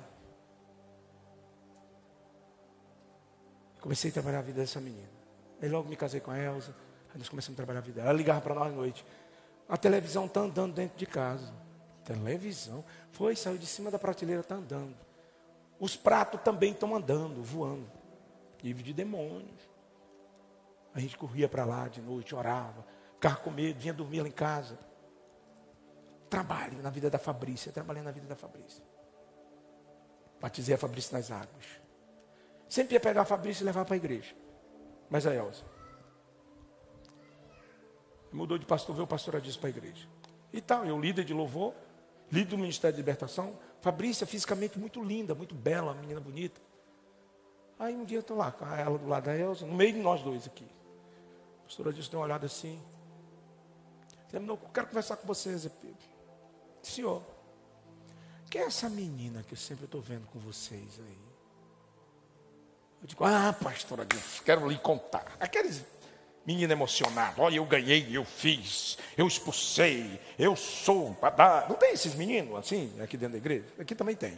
Comecei a trabalhar a vida dessa menina. Aí logo me casei com a Elza. Aí nós começamos a trabalhar a vida dela. Ela ligava para nós à noite. A televisão está andando dentro de casa. Televisão. Saiu de cima da prateleira, está andando. Os pratos também estão andando, voando. Livre de demônios. A gente corria para lá de noite, orava. Ficava com medo, vinha dormir lá em casa. Trabalho na vida da Fabrícia. Trabalhei na vida da Fabrícia. Batizei a Fabrícia nas águas. Sempre ia pegar a Fabrícia e levar para a igreja. Mas a Elza mudou de pastor, veio o pastor Adilson para a igreja. E tal, eu líder de louvor, líder do Ministério de Libertação. Fabrícia, fisicamente muito linda, muito bela, uma menina bonita. Aí um dia eu estou lá, com ela do lado da Elza, no meio de nós dois aqui. O pastor Adilson deu uma olhada assim. Terminou, eu quero conversar com você, Zé Pedro. Senhor, quem é essa menina que eu sempre estou vendo com vocês aí? Eu digo, pastor Adilson, quero lhe contar. Aqueles meninos emocionados, olha, eu ganhei, eu fiz, eu expulsei, eu sou. Não tem esses meninos assim, aqui dentro da igreja? Aqui também tem.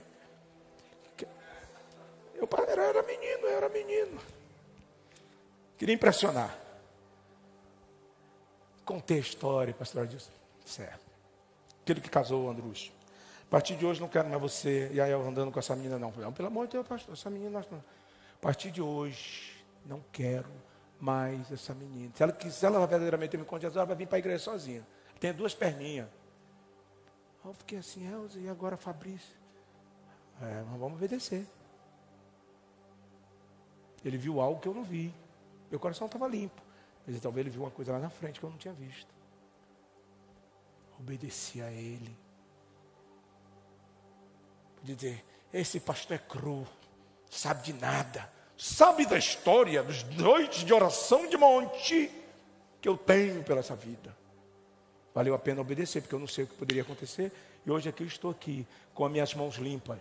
Eu era menino. Queria impressionar. Contei a história, pastor Adilson. Certo. Aquele que casou o Andrúcio. A partir de hoje não quero mais você e aí eu andando com essa menina, não. Pelo amor de Deus, pastor, essa menina nós não. A partir de hoje, não quero mais essa menina. Se ela verdadeiramente me conta Jesus, ela vai vir para a igreja sozinha. Tem 2 perninhas. Eu fiquei assim, Elza, e agora Fabrício? Mas vamos obedecer. Ele viu algo que eu não vi. Meu coração estava limpo. Mas talvez ele viu uma coisa lá na frente que eu não tinha visto. Obedeci a ele. Dizer, esse pastor é cru, sabe de nada, sabe da história dos noites de oração de monte que eu tenho pela essa vida. Valeu a pena obedecer, porque eu não sei o que poderia acontecer. E hoje aqui eu estou aqui, com as minhas mãos limpas.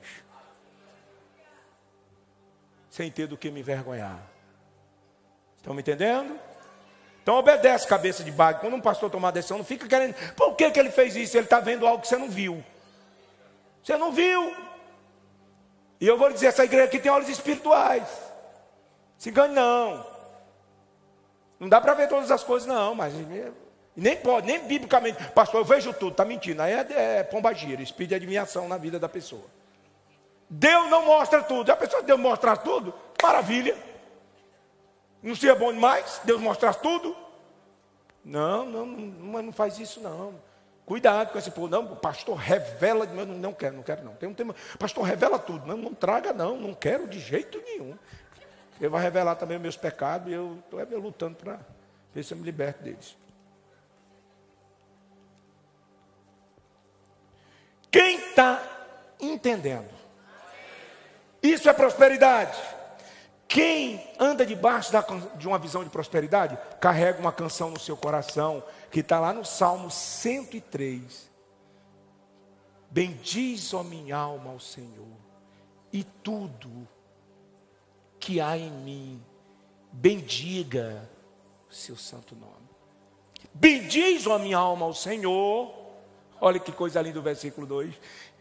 Sem ter do que me envergonhar. Estão me entendendo? Então obedece, cabeça de bagre. Quando um pastor tomar decisão, não fica querendo, por que ele fez isso? Ele está vendo algo que você não viu. Você não viu. E eu vou lhe dizer, essa igreja aqui tem olhos espirituais. Se engane não. Não dá para ver todas as coisas não, mas nem pode, nem biblicamente. Pastor, eu vejo tudo, está mentindo. Aí é pombagira, espírito de adivinhação na vida da pessoa. Deus não mostra tudo. A pessoa de Deus mostrar tudo, maravilha. Não seria bom demais Deus mostrar tudo? Não faz isso não. Cuidado com esse povo. Não, o pastor revela. Não quero não. Tem um tema. Pastor revela tudo. Não traga não quero de jeito nenhum. Ele vai revelar também os meus pecados e eu estou lutando para ver se eu me liberto deles. Quem está entendendo? Isso é prosperidade. Quem anda debaixo de uma visão de prosperidade, carrega uma canção no seu coração, que está lá no Salmo 103. Bendiz, ó minha alma, ao Senhor, e tudo que há em mim, bendiga o seu santo nome. Bendiz, ó minha alma, ao Senhor. Olha que coisa linda o versículo 2.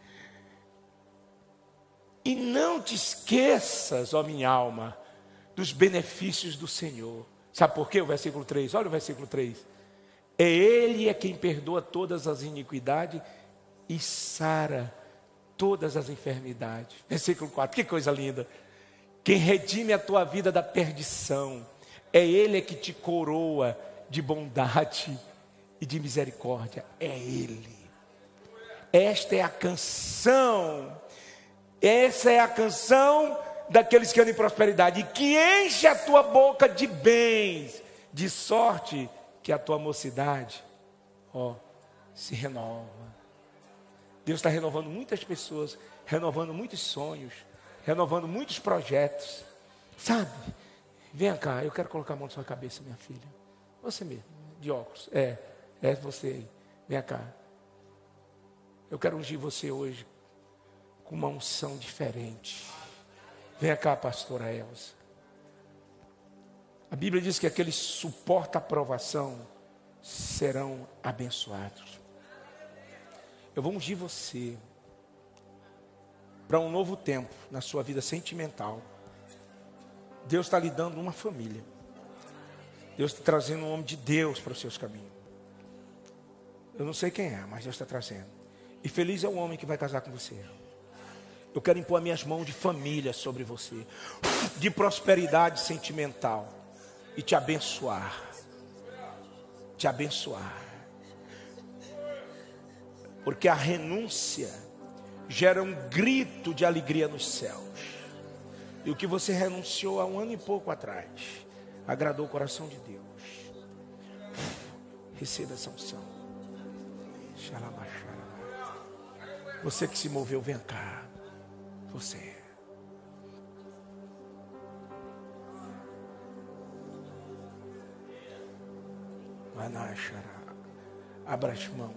E não te esqueças, ó minha alma, dos benefícios do Senhor. Sabe por quê? O versículo 3, olha o versículo 3. Ele é quem perdoa todas as iniquidades e sara todas as enfermidades. Versículo 4, que coisa linda. Quem redime a tua vida da perdição, é Ele que te coroa de bondade e de misericórdia. É Ele. Esta é a canção. Essa é a canção daqueles que andam em prosperidade, que enche a tua boca de bens, de sorte que a tua mocidade, se renova. Deus está renovando muitas pessoas, renovando muitos sonhos, renovando muitos projetos. Sabe? Venha cá, eu quero colocar a mão na sua cabeça, minha filha. Você mesmo, de óculos. É você aí. Venha cá. Eu quero ungir você hoje com uma unção diferente. Venha cá, pastora Elza. A Bíblia diz que aqueles que suportam a provação serão abençoados. Eu vou ungir você para um novo tempo na sua vida sentimental. Deus está lhe dando uma família. Deus está trazendo um homem de Deus para os seus caminhos. Eu não sei quem é, mas Deus está trazendo. E feliz é o homem que vai casar com você. Eu quero impor as minhas mãos de família sobre você, de prosperidade sentimental, e te abençoar. Te abençoar. Porque a renúncia gera um grito de alegria nos céus. E o que você renunciou há 1 ano e pouco atrás agradou o coração de Deus. Receba essa unção. Você que se moveu, vem cá. Você. Abra as mãos.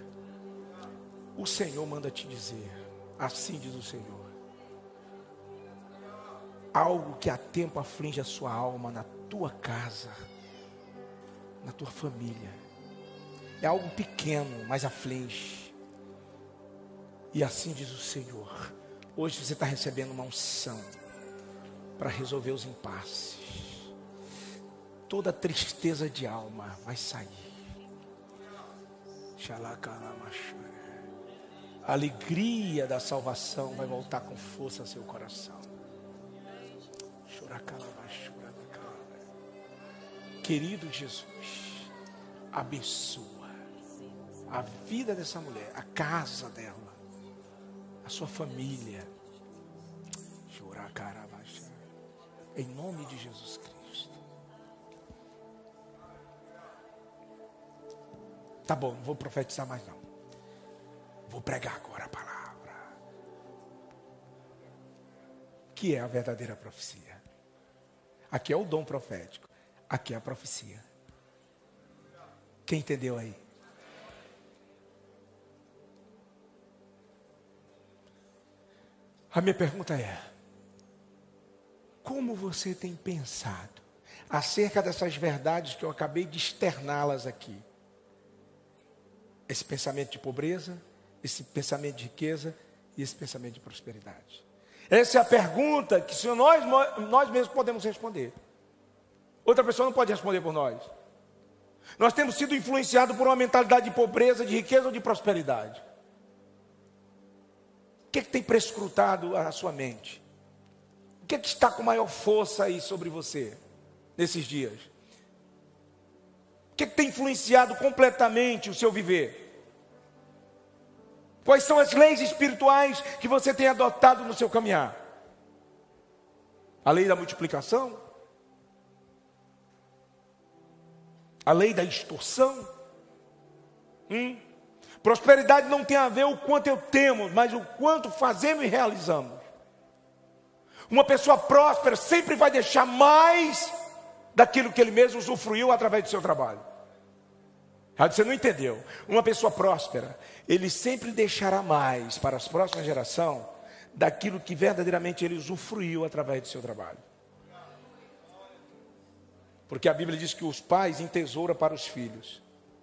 O Senhor manda te dizer, assim diz o Senhor, algo que há tempo aflige a sua alma na tua casa, na tua família. É algo pequeno, mas aflige. E assim diz o Senhor, hoje você está recebendo uma unção para resolver os impasses. Toda tristeza de alma vai sair. A alegria da salvação vai voltar com força ao seu coração. Querido Jesus, abençoa a vida dessa mulher, a casa dela, a sua família. Em nome de Jesus Cristo. Tá bom, não vou profetizar mais não. Vou pregar agora a palavra. Que é a verdadeira profecia. Aqui é o dom profético. Aqui é a profecia. Quem entendeu aí? A minha pergunta é: como você tem pensado acerca dessas verdades que eu acabei de externá-las aqui? Esse pensamento de pobreza, esse pensamento de riqueza e esse pensamento de prosperidade. Essa é a pergunta que só nós mesmos podemos responder. Outra pessoa não pode responder por nós. Nós temos sido influenciados por uma mentalidade de pobreza, de riqueza ou de prosperidade. O que tem prescrutado a sua mente? O que está com maior força aí sobre você nesses dias? O que tem influenciado completamente o seu viver? Quais são as leis espirituais que você tem adotado no seu caminhar? A lei da multiplicação? A lei da extorsão? Prosperidade não tem a ver o quanto eu temo, mas o quanto fazemos e realizamos. Uma pessoa próspera sempre vai deixar mais daquilo que ele mesmo usufruiu através do seu trabalho. Você não entendeu? Uma pessoa próspera, ele sempre deixará mais para as próximas gerações daquilo que verdadeiramente ele usufruiu através do seu trabalho. Porque a Bíblia diz que os pais entesouram para os filhos.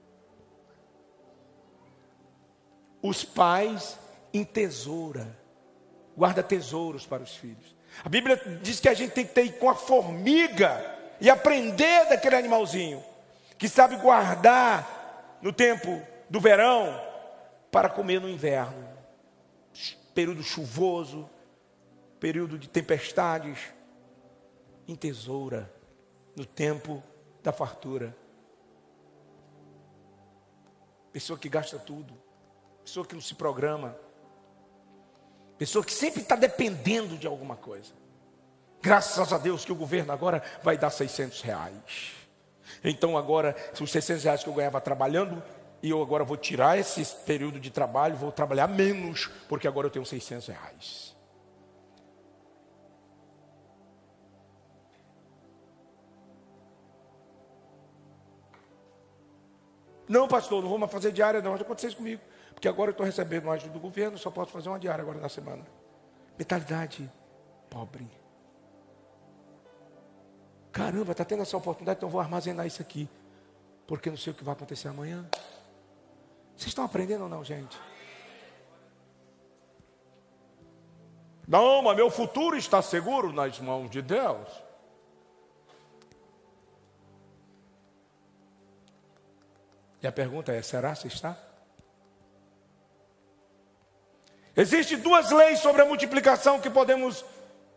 Os pais entesouram, guarda tesouros para os filhos. A Bíblia diz que a gente tem que ter com a formiga e aprender daquele animalzinho que sabe guardar no tempo do verão para comer no inverno. Período chuvoso, período de tempestades, entesoura no tempo da fartura. Pessoa que gasta tudo, pessoa que não se programa, pessoa que sempre está dependendo de alguma coisa. Graças a Deus que o governo agora vai dar R$600. Então agora, os R$600 que eu ganhava trabalhando, e eu agora vou tirar esse período de trabalho, vou trabalhar menos, porque agora eu tenho R$600. Não, pastor, não vou mais fazer diária não, já aconteceu isso comigo. Porque agora eu estou recebendo uma ajuda do governo, só posso fazer uma diária agora na semana. Mentalidade pobre. Caramba, está tendo essa oportunidade, então vou armazenar isso aqui. Porque não sei o que vai acontecer amanhã. Vocês estão aprendendo ou não, gente? Não, mas meu futuro está seguro nas mãos de Deus. E a pergunta é, será se está? Existem duas leis sobre a multiplicação que podemos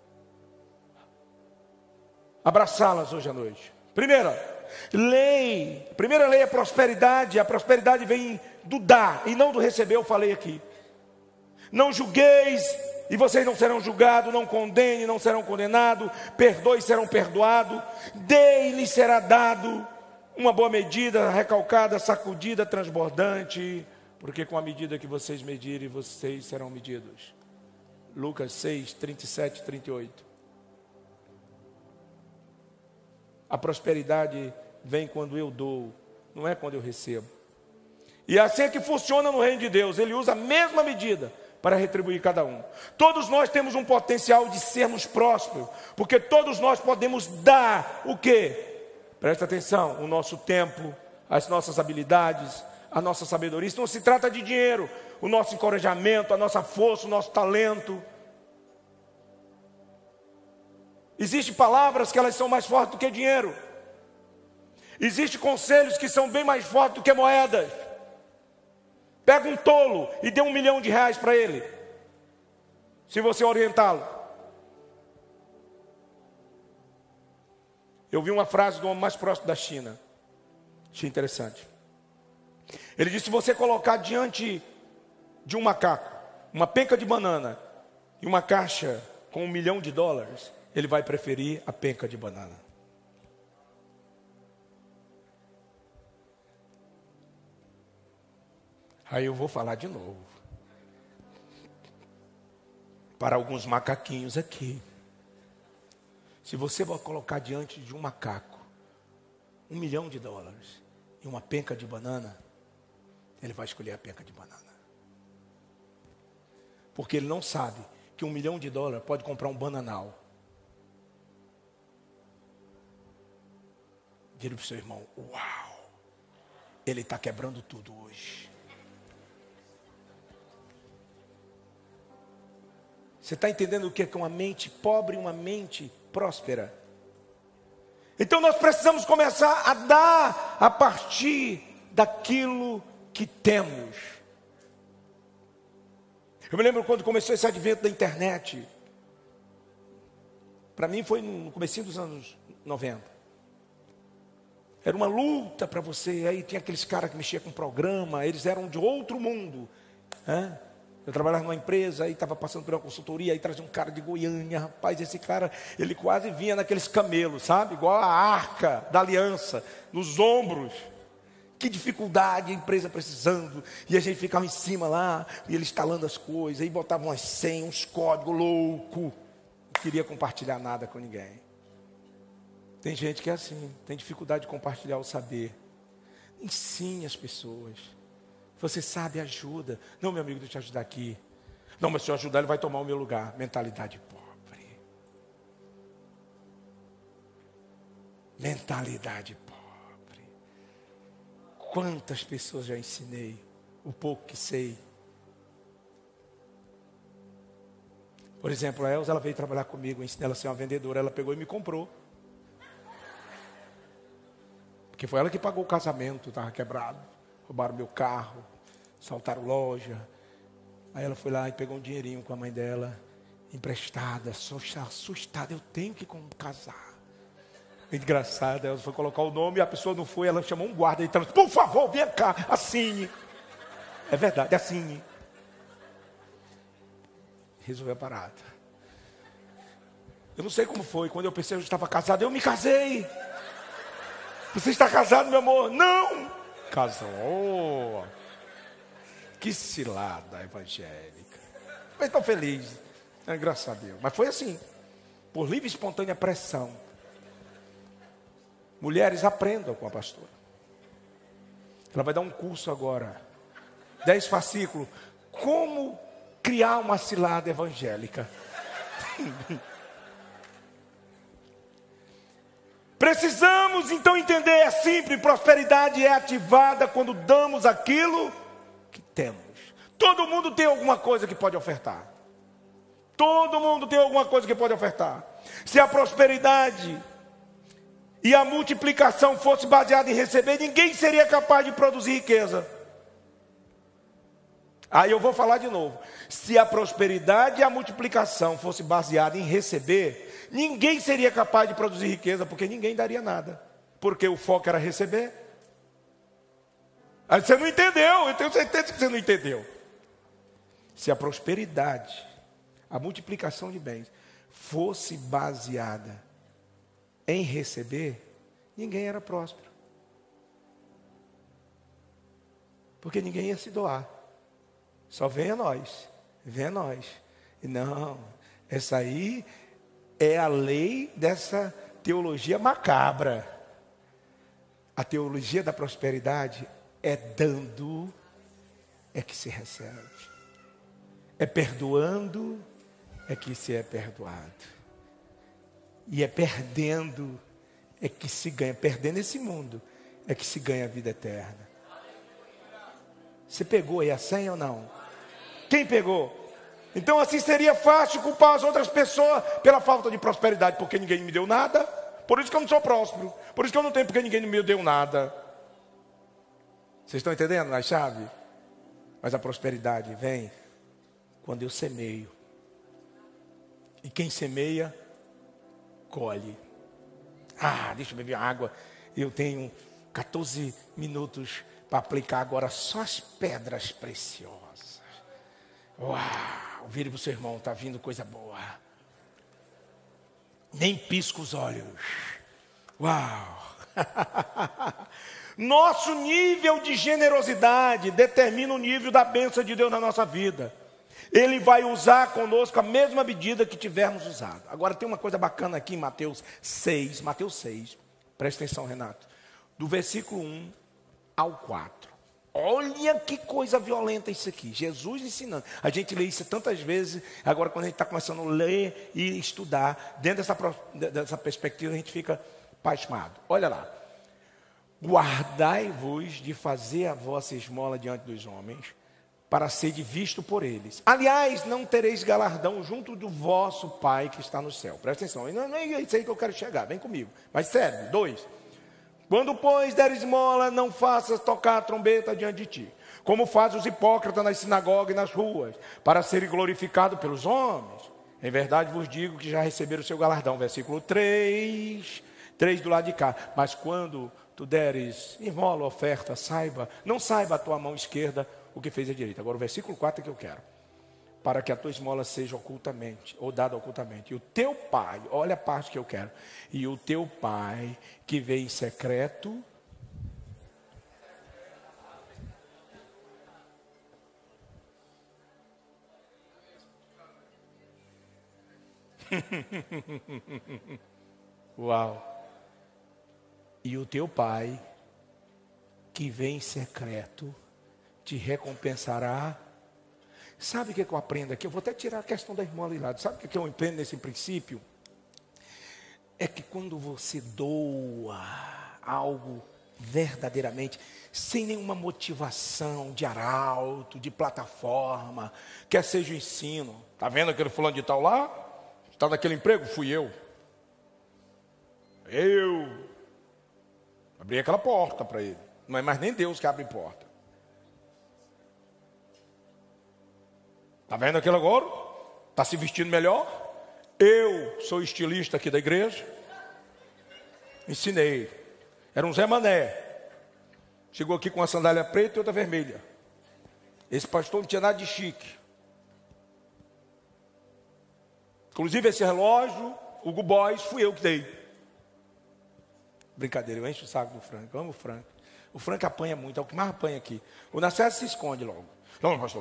abraçá-las hoje à noite. Primeira lei é a prosperidade. A prosperidade vem do dar e não do receber, eu falei aqui. Não julgueis e vocês não serão julgados, não condenem, não serão condenados, perdoe e serão perdoados, dê e lhes será dado, uma boa medida, recalcada, sacudida, transbordante, porque com a medida que vocês medirem, vocês serão medidos. Lucas 6, 37 e 38. A prosperidade vem quando eu dou, não é quando eu recebo. E assim é que funciona no reino de Deus. Ele usa a mesma medida para retribuir cada um. Todos nós temos um potencial de sermos prósperos, porque todos nós podemos dar o quê? Presta atenção, o nosso tempo, as nossas habilidades, a nossa sabedoria. Isso não se trata de dinheiro, o nosso encorajamento, a nossa força, o nosso talento. Existem palavras que elas são mais fortes do que dinheiro. Existem conselhos que são bem mais fortes do que moedas. Pega um tolo e dê R$1 milhão para ele, se você orientá-lo. Eu vi uma frase do homem mais próximo da China, achei interessante. Ele disse: se você colocar diante de um macaco uma penca de banana e uma caixa com $1 milhão, ele vai preferir a penca de banana. Aí eu vou falar de novo. Para alguns macaquinhos aqui. Se você vai colocar diante de um macaco $1 milhão e uma penca de banana, ele vai escolher a penca de banana. Porque ele não sabe que $1 milhão pode comprar um bananal. Vira para o seu irmão: uau, ele está quebrando tudo hoje. Você está entendendo o que é uma mente pobre e uma mente próspera? Então nós precisamos começar a dar a partir daquilo que temos. Eu me lembro quando começou esse advento da internet. Para mim foi no comecinho dos anos 90. Era uma luta para você. Aí tinha aqueles caras que mexiam com programa. Eles eram de outro mundo. Eu trabalhava numa empresa, aí estava passando por uma consultoria, aí trazia um cara de Goiânia. Rapaz, esse cara, ele quase vinha naqueles camelos, sabe? Igual a arca da aliança, nos ombros. Que dificuldade, a empresa precisando. E a gente ficava em cima lá, e ele instalando as coisas, aí botava umas senhas, uns códigos loucos. queria compartilhar nada com ninguém. Tem gente que é assim, tem dificuldade de compartilhar o saber. Ensine as pessoas. Você sabe, ajuda. Não, meu amigo, deixa eu te ajudar aqui. Não, mas se eu ajudar, ele vai tomar o meu lugar. Mentalidade pobre. Mentalidade pobre. Quantas pessoas já ensinei? O pouco que sei. Por exemplo, a Elza, ela veio trabalhar comigo, eu ensinei ela a ser uma vendedora, ela pegou e me comprou. Porque foi ela que pagou o casamento, estava quebrado. Roubaram meu carro, assaltaram loja. Aí ela foi lá e pegou um dinheirinho com a mãe dela, emprestada, assustada, eu tenho que casar. Engraçada, ela foi colocar o nome e a pessoa não foi, ela chamou um guarda e falou, por favor, vem cá, assine. É verdade, assine. Resolveu a parada. Eu não sei como foi, quando eu pensei que eu estava casado, eu me casei. Você está casado, meu amor? Não! Casou. Que cilada evangélica. Mas estou feliz. Graças a Deus. Mas foi assim. Por livre e espontânea pressão. Mulheres, aprendam com a pastora. Ela vai dar um curso agora. 10 fascículos. Como criar uma cilada evangélica. Precisamos então entender, é simples, prosperidade é ativada quando damos aquilo que temos. Todo mundo tem alguma coisa que pode ofertar. Todo mundo tem alguma coisa que pode ofertar. Se a prosperidade e a multiplicação fosse baseada em receber, ninguém seria capaz de produzir riqueza. Aí eu vou falar de novo. Se a prosperidade e a multiplicação fosse baseada em receber, ninguém seria capaz de produzir riqueza, porque ninguém daria nada. Porque o foco era receber. Aí você não entendeu, eu tenho certeza que você não entendeu. Se a prosperidade, a multiplicação de bens, fosse baseada em receber, ninguém era próspero. Porque ninguém ia se doar. Só venha nós, venha nós. E não, essa aí é a lei dessa teologia macabra. A teologia da prosperidade é dando, é que se recebe. É perdoando, é que se é perdoado. E é perdendo, é que se ganha. Perdendo esse mundo, é que se ganha a vida eterna. Você pegou aí a senha ou não? Quem pegou? Então assim seria fácil culpar as outras pessoas pela falta de prosperidade, porque ninguém me deu nada. Por isso que eu não sou próspero. Por isso que eu não tenho, porque ninguém me deu nada. Vocês estão entendendo a chave? Mas a prosperidade vem quando eu semeio. E quem semeia, colhe. Deixa eu beber água. Eu tenho 14 minutos para aplicar agora só as pedras preciosas. Uau, vire para o seu irmão, está vindo coisa boa. Nem pisca os olhos. Uau. Nosso nível de generosidade determina o nível da bênção de Deus na nossa vida. Ele vai usar conosco a mesma medida que tivermos usado. Agora tem uma coisa bacana aqui em Mateus 6. Presta atenção, Renato. Do versículo 1 ao 4. Olha que coisa violenta isso aqui. Jesus ensinando. A gente lê isso tantas vezes. Agora quando a gente está começando a ler e estudar, dentro dessa perspectiva, a gente fica pasmado. Olha lá. Guardai-vos de fazer a vossa esmola diante dos homens, para ser visto por eles. Aliás, não tereis galardão junto do vosso Pai que está no céu. Presta atenção. Não é isso aí que eu quero chegar. Vem comigo. Mas sério, 2. Quando, pois, der esmola, não faças tocar a trombeta diante de ti, como fazem os hipócritas nas sinagogas e nas ruas, para serem glorificados pelos homens. Em verdade vos digo que já receberam o seu galardão. Versículo 3 do lado de cá. Mas quando tu deres esmola, oferta, não saiba a tua mão esquerda o que fez a direita. Agora o versículo 4 é que eu quero. Para que a tua esmola seja ocultamente, ou dada ocultamente. E o teu Pai, olha a parte que eu quero. E o teu Pai, que vê em secreto, Uau! E o teu pai, que vem em secreto, te recompensará. Sabe o que eu aprendo aqui? Eu vou até tirar a questão da irmã ali lá. Sabe o que eu aprendo nesse princípio? É que quando você doa algo verdadeiramente, sem nenhuma motivação de arauto, de plataforma, quer seja o ensino. Está vendo aquele fulano de tal lá? Está naquele emprego? Fui eu. Eu abri aquela porta para ele. Não é mais nem Deus que abre porta. Está vendo aquilo agora? Está se vestindo melhor? Eu sou estilista aqui da igreja. Ensinei. Era um Zé Mané. Chegou aqui com uma sandália preta e outra vermelha. Esse pastor não tinha nada de chique. Inclusive esse relógio, o Hugo Boss, fui eu que dei. Brincadeira, eu encho o saco do Frank. Eu amo o Frank. O Frank apanha muito, é o que mais apanha aqui. O Nassés se esconde logo. Não, pastor.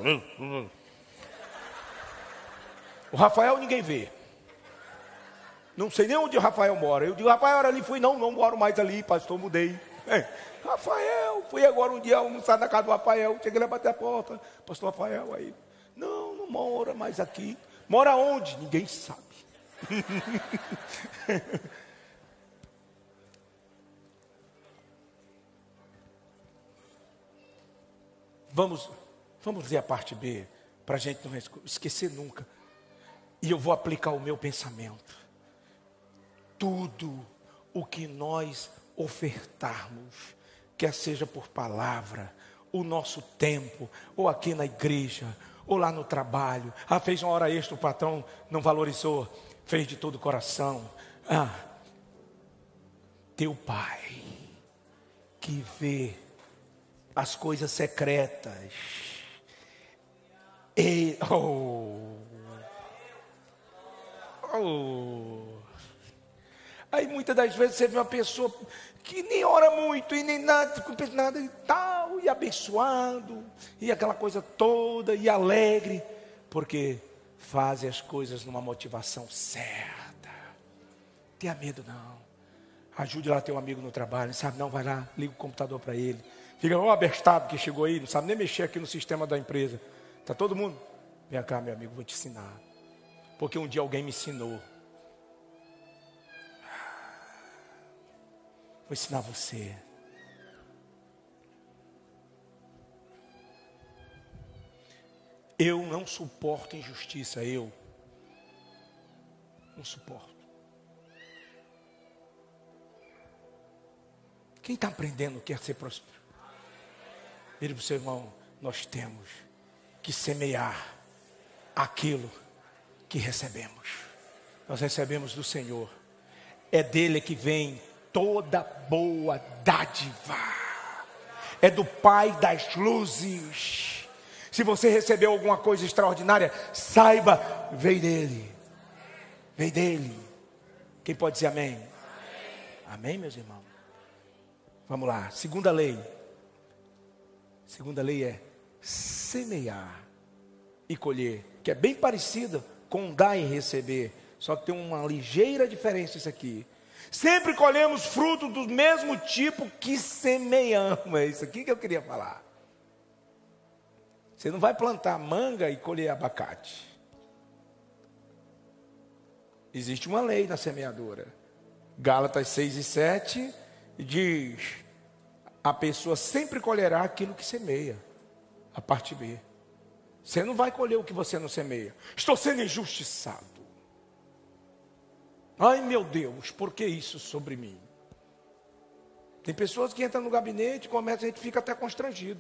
O Rafael ninguém vê. Não sei nem onde o Rafael mora. Eu digo, Rafael, era ali, fui, não moro mais ali, pastor, mudei. Rafael, fui agora um dia almoçar na casa do Rafael, cheguei lá bater a porta, pastor Rafael, aí, não mora mais aqui. Mora onde? Ninguém sabe. Vamos ver a parte B, para a gente não esquecer nunca. E eu vou aplicar o meu pensamento. Tudo o que nós ofertarmos, quer seja por palavra, o nosso tempo, ou aqui na igreja, ou lá no trabalho. Fez uma hora extra, o patrão não valorizou, fez de todo o coração. Teu pai, que vê as coisas secretas, Aí muitas das vezes você vê uma pessoa que nem ora muito e nem nada e tal, e abençoado, e aquela coisa toda, e alegre, porque faz as coisas numa motivação certa. Não tenha medo não. Ajude lá teu amigo no trabalho, sabe? Não, vai lá, liga o computador para ele. Fica um abestado que chegou aí, não sabe nem mexer aqui no sistema da empresa. Está todo mundo? Vem cá, meu amigo, vou te ensinar. Porque um dia alguém me ensinou. Vou ensinar você. Eu não suporto injustiça, eu não suporto. Quem está aprendendo quer ser próspero. Vire para o seu irmão, nós temos que semear aquilo que recebemos. Nós recebemos do Senhor. É dele que vem toda boa dádiva. É do Pai das luzes. Se você recebeu alguma coisa extraordinária, saiba, veio dele. Veio dele. Quem pode dizer amém? Amém, amém, meus irmãos? Vamos lá, segunda lei. Segunda lei é semear e colher, que é bem parecida com dar e receber, só que tem uma ligeira diferença isso aqui. Sempre colhemos fruto do mesmo tipo que semeamos. É isso aqui que eu queria falar. Você não vai plantar manga e colher abacate. Existe uma lei na semeadura. Gálatas 6:7 diz: a pessoa sempre colherá aquilo que semeia. A parte B. Você não vai colher o que você não semeia. Estou sendo injustiçado. Ai meu Deus, por que isso sobre mim? Tem pessoas que entram no gabinete e começam, a gente fica até constrangido.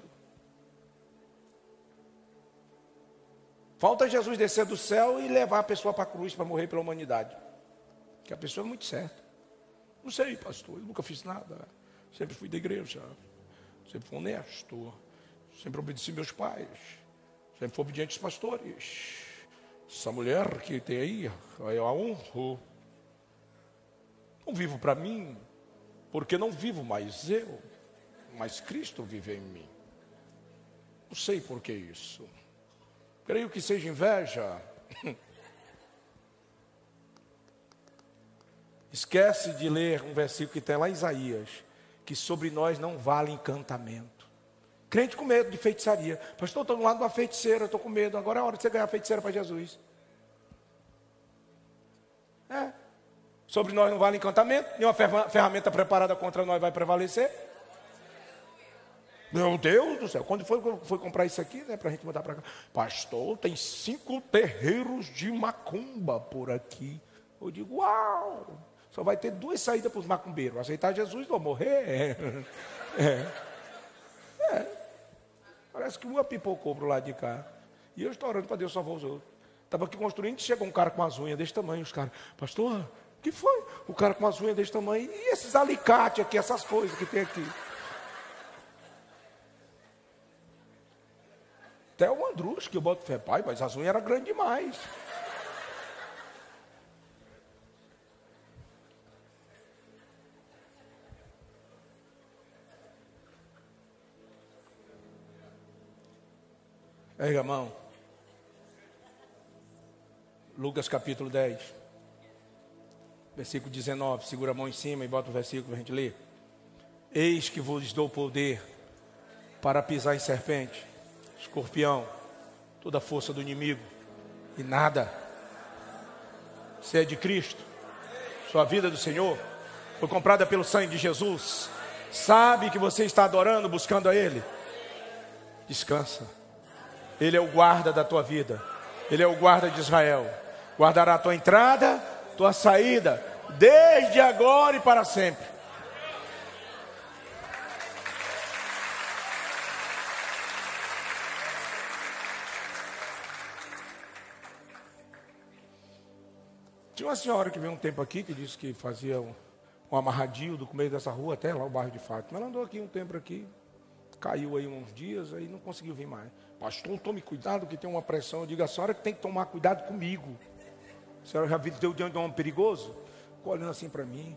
Falta Jesus descer do céu e levar a pessoa para a cruz para morrer pela humanidade. Que a pessoa é muito certa. Não sei, pastor, eu nunca fiz nada. Sempre fui da igreja. Sempre fui honesto. Sempre obedeci meus pais. Sempre fui obediente aos pastores. Essa mulher que tem aí, eu a honro. Não vivo para mim, porque não vivo mais eu, mas Cristo vive em mim. Não sei por que isso. Creio que seja inveja. Esquece de ler um versículo que tem lá em Isaías, que sobre nós não vale encantamento. Crente com medo de feitiçaria. Pastor, estou do lado de uma feiticeira, estou com medo. Agora é a hora de você ganhar a feiticeira para Jesus. Sobre nós não vale encantamento. Nenhuma ferramenta preparada contra nós vai prevalecer. Meu Deus do céu. Quando foi comprar isso aqui, né, para a gente mudar para cá. Pastor, tem 5 terreiros de macumba por aqui. Eu digo, uau. Só vai ter 2 saídas para os macumbeiros. Aceitar Jesus ou morrer. Parece que uma pipocou para o lado de cá. E eu estou orando para Deus salvar os outros. Estava aqui construindo, chegou um cara com as unhas desse tamanho. Os caras, pastor, o que foi? O cara com as unhas desse tamanho. E esses alicates aqui, essas coisas que tem aqui. Até o Andrus, que eu boto fé, pai, mas as unhas eram grandes demais. Pega a mão. Lucas capítulo 10. Versículo 19. Segura a mão em cima e bota o versículo para a gente ler. Eis que vos dou poder para pisar em serpente, escorpião, toda a força do inimigo. E nada. Você é de Cristo. Sua vida é do Senhor. Foi comprada pelo sangue de Jesus. Sabe que você está adorando, buscando a Ele. Descansa. Ele é o guarda da tua vida. Ele é o guarda de Israel. Guardará a tua entrada, tua saída, desde agora e para sempre. Tinha uma senhora que veio um tempo aqui, que disse que fazia um amarradinho do começo dessa rua até lá o bairro de Fátima. Ela andou aqui um tempo aqui, caiu aí uns dias, aí não conseguiu vir mais. Pastor, tome cuidado que tem uma pressão. Eu digo, a senhora que tem que tomar cuidado comigo. A senhora já viu diante de um homem perigoso? Ficou olhando assim para mim.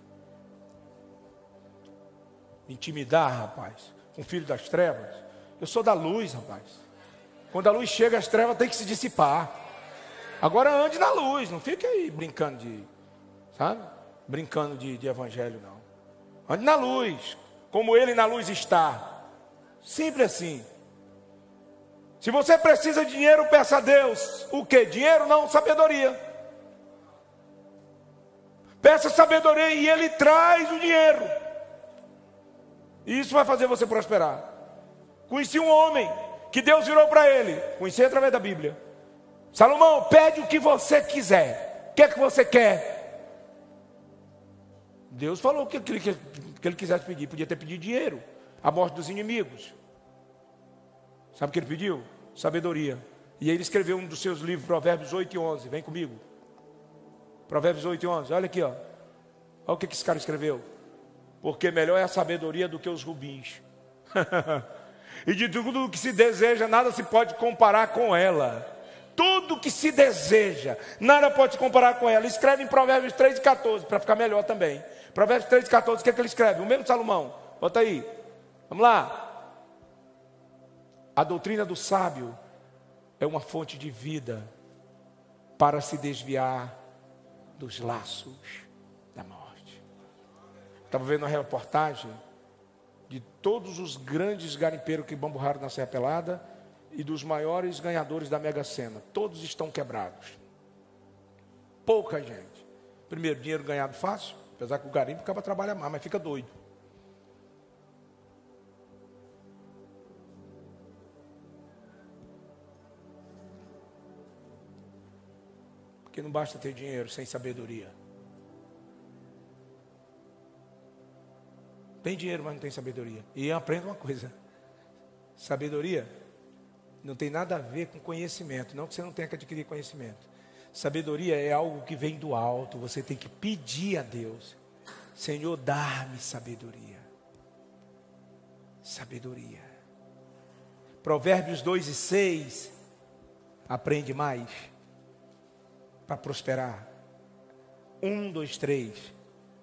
Intimidar, rapaz, com o filho das trevas. Eu sou da luz, rapaz. Quando a luz chega, as trevas têm que se dissipar. Agora ande na luz, não fique aí brincando de, sabe? Brincando de evangelho, não. Ande na luz, como ele na luz está. Simples assim. Se você precisa de dinheiro, peça a Deus. O que? Dinheiro não, sabedoria. Peça sabedoria e Ele traz o dinheiro. E isso vai fazer você prosperar. Conheci um homem que Deus virou para ele. Conheci através da Bíblia. Salomão, pede o que você quiser. O que é que você quer? Deus falou que ele quisesse pedir. Podia ter pedido dinheiro. A morte dos inimigos. Sabe o que ele pediu? Sabedoria. E aí ele escreveu um dos seus livros, Provérbios 8 e 11. Vem comigo. Provérbios 8 e 11. Olha aqui, ó. Olha o que esse cara escreveu. Porque melhor é a sabedoria do que os rubins. E de tudo que se deseja, nada se pode comparar com ela. Tudo que se deseja, nada pode se comparar com ela. Escreve em Provérbios 3 e 14, para ficar melhor também. Provérbios 3 e 14, o que é que ele escreve? O mesmo Salomão. Bota aí. Vamos lá. A doutrina do sábio é uma fonte de vida para se desviar dos laços da morte. Estava vendo uma reportagem de todos os grandes garimpeiros que bamburraram na Serra Pelada e dos maiores ganhadores da Mega Sena. Todos estão quebrados. Pouca gente. Primeiro, dinheiro ganhado fácil, apesar que o garimpo acaba trabalhando mais, mas fica doido. Porque não basta ter dinheiro sem sabedoria. Tem dinheiro, mas não tem sabedoria. E aprenda uma coisa. Sabedoria não tem nada a ver com conhecimento. Não que você não tenha que adquirir conhecimento. Sabedoria é algo que vem do alto. Você tem que pedir a Deus. Senhor, dá-me sabedoria. Sabedoria. Provérbios 2 e 6. Aprende mais. Para prosperar. 1, 2, 3.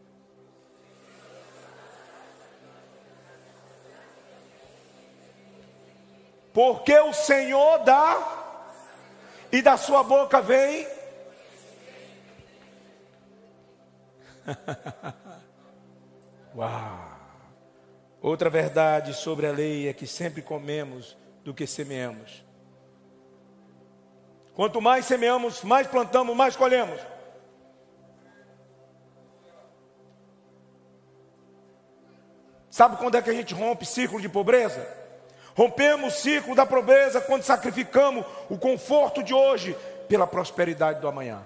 Porque o Senhor dá, e da sua boca vem. Uau! Outra verdade sobre a lei é que sempre comemos do que semeamos. Quanto mais semeamos, mais plantamos, mais colhemos. Sabe quando é que a gente rompe ciclo de pobreza? Rompemos o ciclo da pobreza quando sacrificamos o conforto de hoje pela prosperidade do amanhã.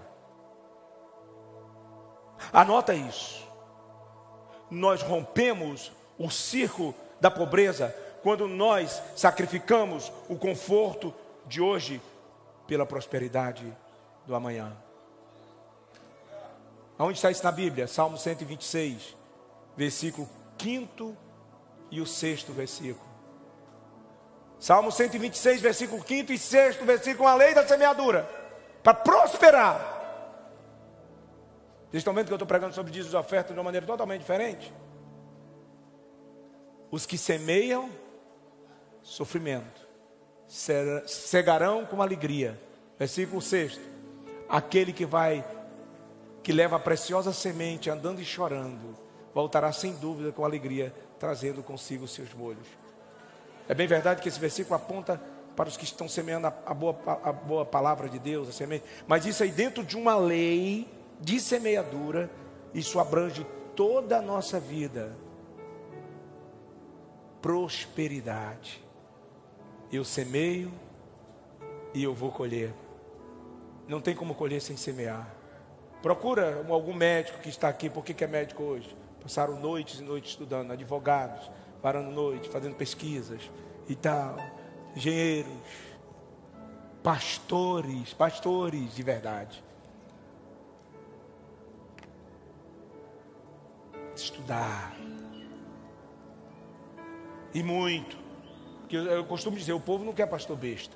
Anota isso. Nós rompemos o ciclo da pobreza quando nós sacrificamos o conforto de hoje pela prosperidade do amanhã. Aonde está isso na Bíblia? Salmo 126, versículo 5º e o 6º versículo. Salmo 126, versículo 5º e 6º versículo, a lei da semeadura, para prosperar. Vocês estão vendo que eu estou pregando sobre dízimos e ofertas de uma maneira totalmente diferente? Os que semeiam sofrimento cegarão com alegria. Versículo 6. Aquele que leva a preciosa semente andando e chorando, voltará sem dúvida com alegria, trazendo consigo os seus molhos. É bem verdade que esse versículo aponta para os que estão semeando a boa palavra de Deus, a semente. Mas isso aí dentro de uma lei de semeadura, isso abrange toda a nossa vida. Prosperidade. Eu semeio e eu vou colher. Não tem como colher sem semear. Procura algum médico que está aqui. Por que é médico hoje? Passaram noites e noites estudando. Advogados, varando noite, fazendo pesquisas e tal. Engenheiros, pastores de verdade. Estudar. E muito. Porque eu costumo dizer, o povo não quer pastor besta.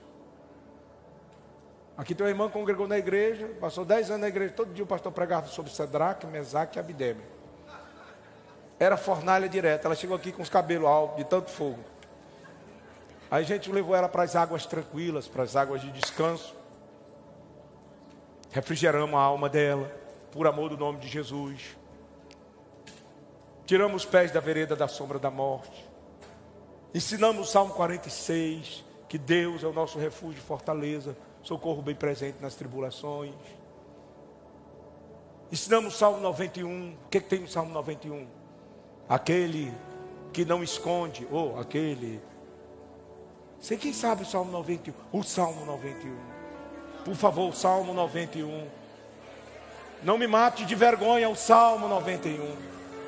Aqui tem uma irmã que congregou na igreja, passou 10 anos na igreja, todo dia o pastor pregava sobre Sadraque, Mesaque e Abideme. Era fornalha direta, ela chegou aqui com os cabelos altos, de tanto fogo. Aí a gente levou ela para as águas tranquilas, para as águas de descanso. Refrigeramos a alma dela, por amor do nome de Jesus. Tiramos os pés da vereda da sombra da morte. Ensinamos o Salmo 46, que Deus é o nosso refúgio e fortaleza, socorro bem presente nas tribulações. Ensinamos o Salmo 91, o que tem no Salmo 91? Aquele que não esconde, aquele... Sei quem sabe o Salmo 91, o Salmo 91. Por favor, o Salmo 91. Não me mate de vergonha, o Salmo 91.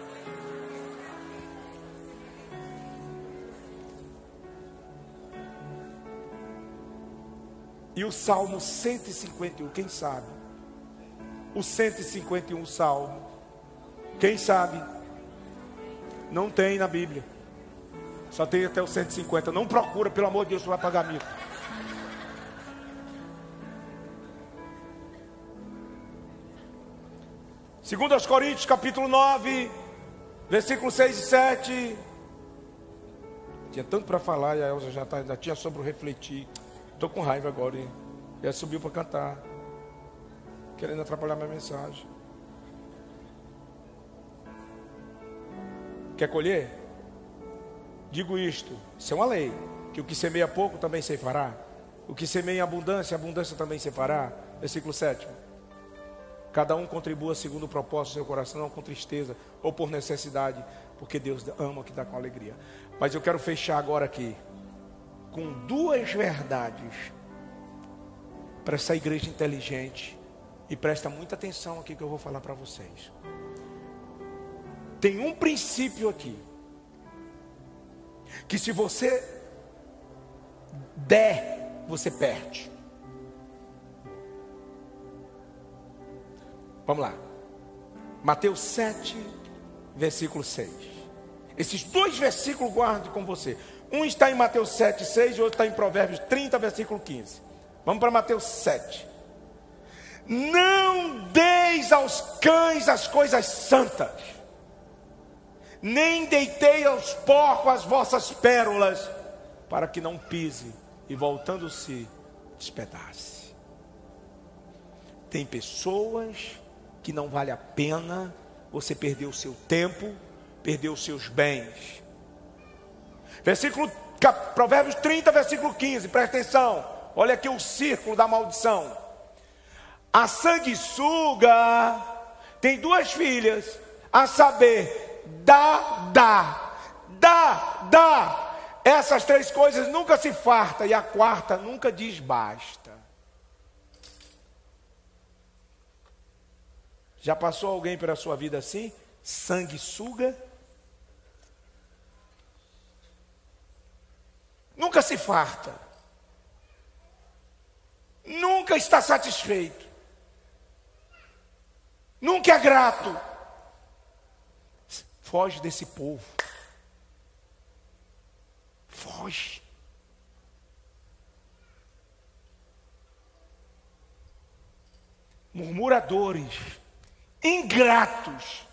E o Salmo 151, quem sabe? O 151 Salmo, quem sabe? Não tem na Bíblia. Só tem até o 150. Não procura, pelo amor de Deus, você vai pagar mico. Segundo aos Coríntios, capítulo 9, versículos 6 e 7. Tinha tanto para falar e a Elza já tinha sobre o refletir. Estou com raiva agora, hein? Já subiu para cantar, querendo atrapalhar minha mensagem. Quer colher? Digo isto, isso é uma lei, que o que semeia pouco também ceifará. O que semeia em abundância, a abundância também ceifará. Versículo 7. Cada um contribua segundo o propósito do seu coração, não com tristeza ou por necessidade, porque Deus ama que dá com alegria. Mas eu quero fechar agora aqui com duas verdades para essa igreja inteligente, e presta muita atenção aqui que eu vou falar para vocês. Tem um princípio aqui, que se você der, você perde. Vamos lá, Mateus 7, versículo 6. Esses dois versículos guarde com você. Um está em Mateus 7, 6 e outro está em Provérbios 30, versículo 15. Vamos para Mateus 7. Não deis aos cães as coisas santas, nem deitei aos porcos as vossas pérolas, para que não pise e voltando-se despedace. Tem pessoas que não vale a pena você perdeu o seu tempo, perdeu os seus bens. Provérbios 30, versículo 15, presta atenção. Olha aqui o círculo da maldição. A sanguessuga tem duas filhas, a saber, dá. Essas três coisas nunca se farta, e a quarta nunca diz basta. Já passou alguém pela sua vida assim? Sanguessuga? Nunca se farta. Nunca está satisfeito. Nunca é grato. Foge desse povo. Foge. Murmuradores, ingratos.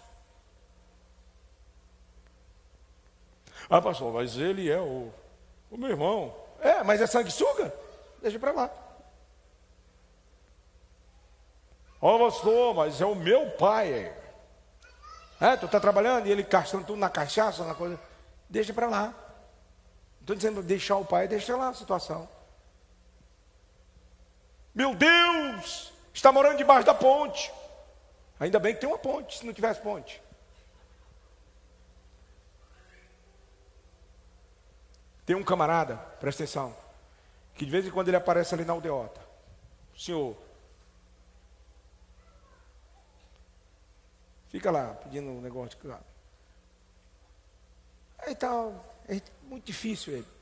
Ah, pastor, mas ele é o meu irmão. É, mas é sanguessuga? Deixa para lá. Ó, pastor, mas é o meu pai. Tu está trabalhando e ele gastando tudo na cachaça, na coisa. Deixa para lá. Estou dizendo deixar o pai, deixa lá a situação. Meu Deus, está morando debaixo da ponte. Ainda bem que tem uma ponte, se não tivesse ponte. Tem um camarada, presta atenção, que de vez em quando ele aparece ali na aldeota. Senhor, fica lá pedindo um negócio de carro. Aí tá, é muito difícil ele.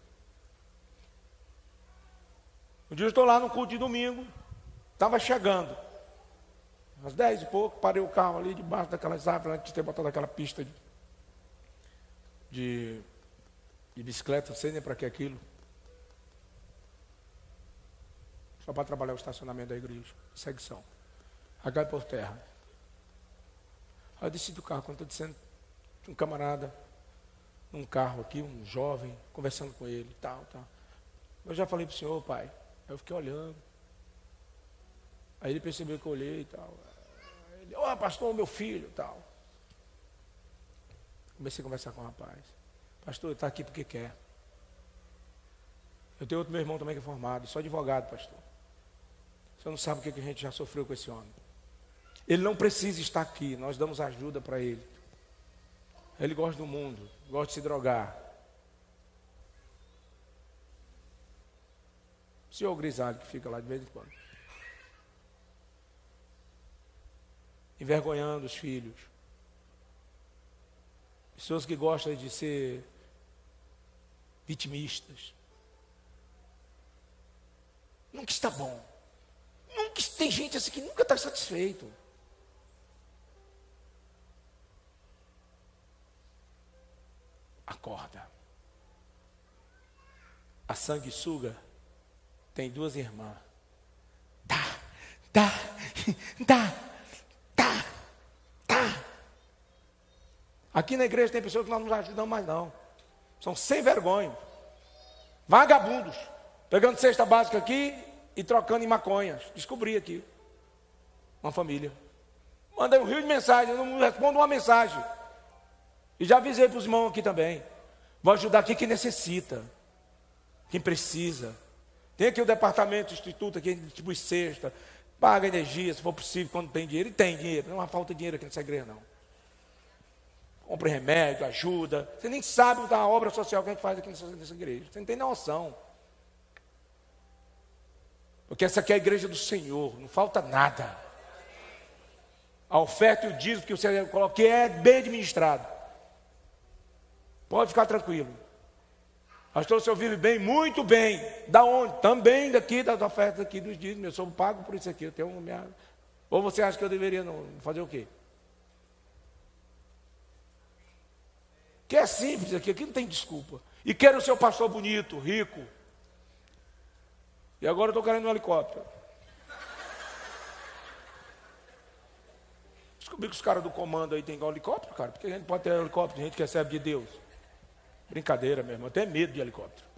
Um dia eu estou lá no culto de domingo, estava chegando, às 10 e pouco, parei o carro ali debaixo daquelas árvores, antes de ter botado aquela pista de bicicleta, não sei nem para que aquilo. Só para trabalhar o estacionamento da igreja, secção. Aí cai por terra. Aí eu desci do carro, quando estou dizendo, um camarada, num carro aqui, um jovem, conversando com ele, tal. Eu já falei para o senhor, pai. Aí eu fiquei olhando. Aí ele percebeu que eu olhei e tal. Aí ele, pastor, meu filho, tal. Comecei a conversar com o rapaz. Pastor, ele está aqui porque quer. Eu tenho outro meu irmão também que é formado, sou advogado, pastor. Você não sabe o que a gente já sofreu com esse homem. Ele não precisa estar aqui, nós damos ajuda para ele. Ele gosta do mundo, gosta de se drogar. O senhor grisalho que fica lá de vez em quando. Envergonhando os filhos. Pessoas que gostam de ser vitimistas. Nunca está bom. Tem gente assim que nunca está satisfeito. Acorda. A sanguessuga tem duas irmãs. Dá. Aqui na igreja tem pessoas que nós não nos ajudamos mais não. São sem vergonha. Vagabundos. Pegando cesta básica aqui e trocando em maconhas. Descobri aqui. Uma família. Mandei um rio de mensagem, eu não respondo uma mensagem. E já avisei para os irmãos aqui também. Vou ajudar aqui quem necessita. Quem precisa. Tem aqui o departamento, o instituto aqui, distribui cesta. Paga energia, se for possível, quando tem dinheiro. E tem dinheiro, não há falta de dinheiro aqui nessa igreja não. Compre remédio, ajuda. Você nem sabe da obra social que a gente faz aqui nessa igreja. Você não tem noção. Porque essa aqui é a igreja do Senhor. Não falta nada. A oferta e o dízimo que você coloca é bem administrado. Pode ficar tranquilo. Pastor, o senhor vive bem? Muito bem. Da onde? Também daqui, das ofertas aqui dos dízimos. Eu sou pago por isso aqui. Eu tenho minha... Ou você acha que eu deveria não fazer o quê? Que é simples aqui não tem desculpa. E quero o seu pastor bonito, rico. E agora eu estou querendo um helicóptero. Descobri que os caras do comando aí tem igual helicóptero, cara. Porque a gente pode ter helicóptero, a gente que recebe de Deus. Brincadeira mesmo, eu tenho medo de helicóptero.